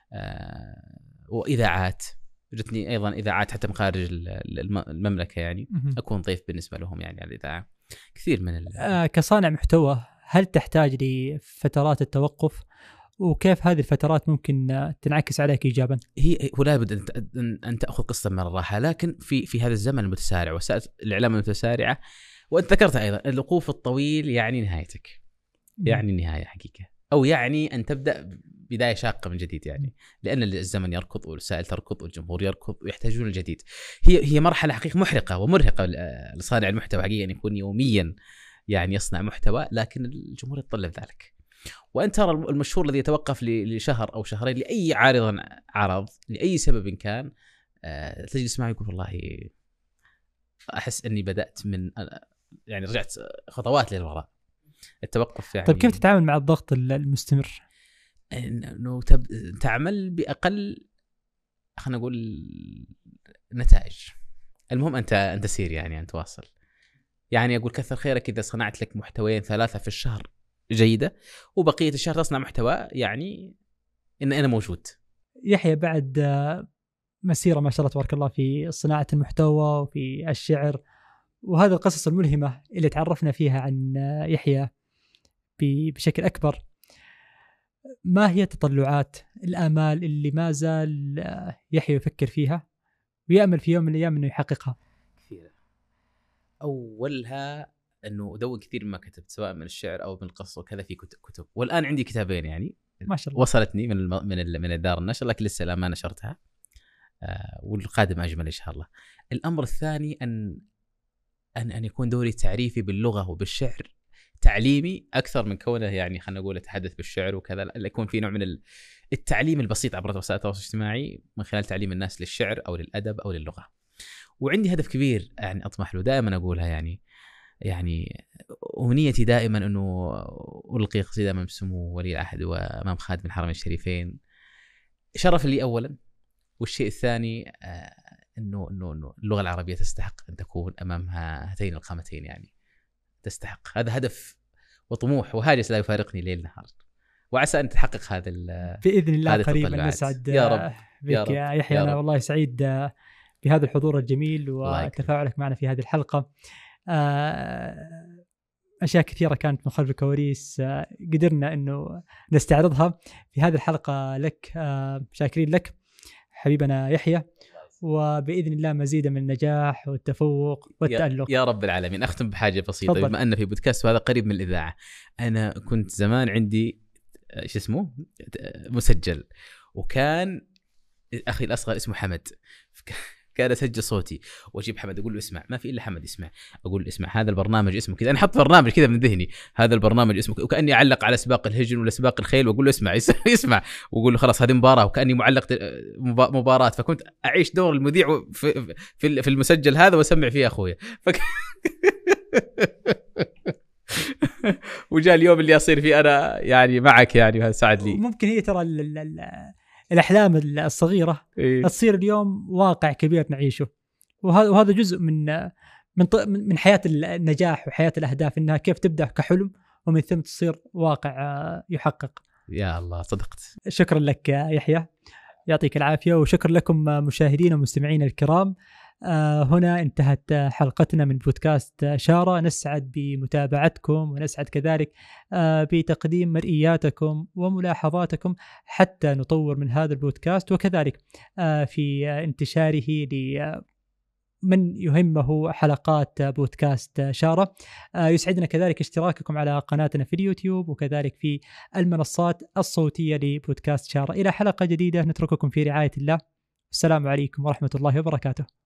واذاعات. جتني ايضا اذاعات حتى من خارج المملكه، يعني اكون ضيف بالنسبه لهم يعني على الاذاعه. كثير من كصانع محتوى هل تحتاج لفترات التوقف؟ وكيف هذه الفترات ممكن تنعكس عليك إيجابا؟ ولا بد أن تأخذ قسطا من الراحة. لكن في هذا الزمن المتسارع وسائل الإعلام المتسارعة، وأنت ذكرت أيضا الوقوف الطويل يعني نهايتك، يعني النهاية حقيقة، أو يعني أن تبدأ بداية شاقة من جديد. يعني لأن الزمن يركض والوسائل تركض والجمهور يركض ويحتاجون الجديد. هي مرحلة حقيقة محرقة ومرهقة لصانع المحتوى حقيقة، أن يكون يوميا يعني يصنع محتوى، لكن الجمهور يتطلب ذلك. وأنت ترى المشهور الذي يتوقف لشهر أو شهرين لأي عرض لأي سبب كان، تجلس معه يقول والله أحس أني بدأت من يعني رجعت خطوات للوراء. التوقف يعني. طيب كيف تتعامل مع الضغط المستمر؟ إنه تعمل بأقل خلينا نقول نتائج. المهم أنت سير، يعني أنت واصل. يعني أقول كثر خيرك إذا صنعت لك محتويين 3 في الشهر جيدة، وبقية الشهر تصنع محتوى يعني إن أنا موجود. يحيى بعد مسيرة ما شاء الله تبارك الله في صناعة المحتوى وفي الشعر وهذه القصص الملهمة اللي تعرفنا فيها عن يحيى بشكل أكبر، ما هي تطلعات الآمال اللي ما زال يحيى يفكر فيها ويأمل في يوم من الأيام أنه يحققها؟ كثيرة. أولها أنه أدون كثير مما كتبت، سواء من الشعر أو من القصة وكذا، في كتب. والآن عندي كتابين يعني ما شاء الله وصلتني من الدار النشر، لكن لسه الآن ما نشرتها، والقادم أجمل إن شاء الله. الأمر الثاني أن يكون دوري تعريفي باللغة وبالشعر تعليمي أكثر من كونه يعني خلنا نقول أتحدث بالشعر وكذا، لا يكون في نوع من التعليم البسيط عبر وسائل التواصل الاجتماعي من خلال تعليم الناس للشعر أو للأدب أو للغة. وعندي هدف كبير يعني أطمح له دائما أقولها، يعني أمنيتي دائما أنه ألقي قصيدة أمام سمو ولي العهد وأمام خادم الحرمين الشريفين شرفا لي أولا. والشيء الثاني إنه اللغة العربية تستحق أن تكون أمام هاتين القامتين، يعني تستحق. هذا هدف وطموح وهاجس لا يفارقني ليل نهار، وعسى أن تحقق هذا بإذن الله قريبا. نسعد يا رب بك يا يحيى. أنا والله سعيد بهذا الحضور الجميل وتفاعلك معنا في هذه الحلقة. أشياء كثيرة كانت من خلف الكواليس قدرنا أنه نستعرضها في هذه الحلقة لك. شاكرين لك حبيبنا يحيى، وبإذن الله مزيدا من النجاح والتفوق والتألق يا رب العالمين. أختم بحاجة بسيطة. بما أن في بودكاست وهذا قريب من الإذاعة، أنا كنت زمان عندي مسجل، وكان أخي الأصغر اسمه حمد، كان اسجل صوتي واجيب حمد اقول له اسمع، ما في الا حمد يسمع، اقول اسمع هذا البرنامج اسمه كذا، انا احط برنامج كذا من ذهني، هذا البرنامج اسمه وكاني اعلق على سباق الهجن ولا سباق الخيل، واقول له اسمع يسمع، واقول له خلاص هذه مباراه، وكاني معلق مباراه. فكنت اعيش دور المذيع في المسجل هذا واسمع فيه اخويا. وجاء اليوم اللي اصير فيه انا يعني معك يعني، وهذا ساعد لي. ممكن هي ترى الأحلام الصغيرة تصير اليوم واقع كبير نعيشه، وهذا جزء من حياة النجاح وحياة الأهداف، إنها كيف تبدأ كحلم ومن ثم تصير واقع يحقق. يا الله صدقت. شكرا لك يحيى، يعطيك العافية، وشكرا لكم مشاهدين ومستمعين الكرام. هنا انتهت حلقتنا من بودكاست شارة. نسعد بمتابعتكم ونسعد كذلك بتقديم مرئياتكم وملاحظاتكم حتى نطور من هذا البودكاست، وكذلك في انتشاره لمن يهمه حلقات بودكاست شارة. يسعدنا كذلك اشتراككم على قناتنا في اليوتيوب وكذلك في المنصات الصوتية لبودكاست شارة. إلى حلقة جديدة نترككم في رعاية الله. السلام عليكم ورحمة الله وبركاته.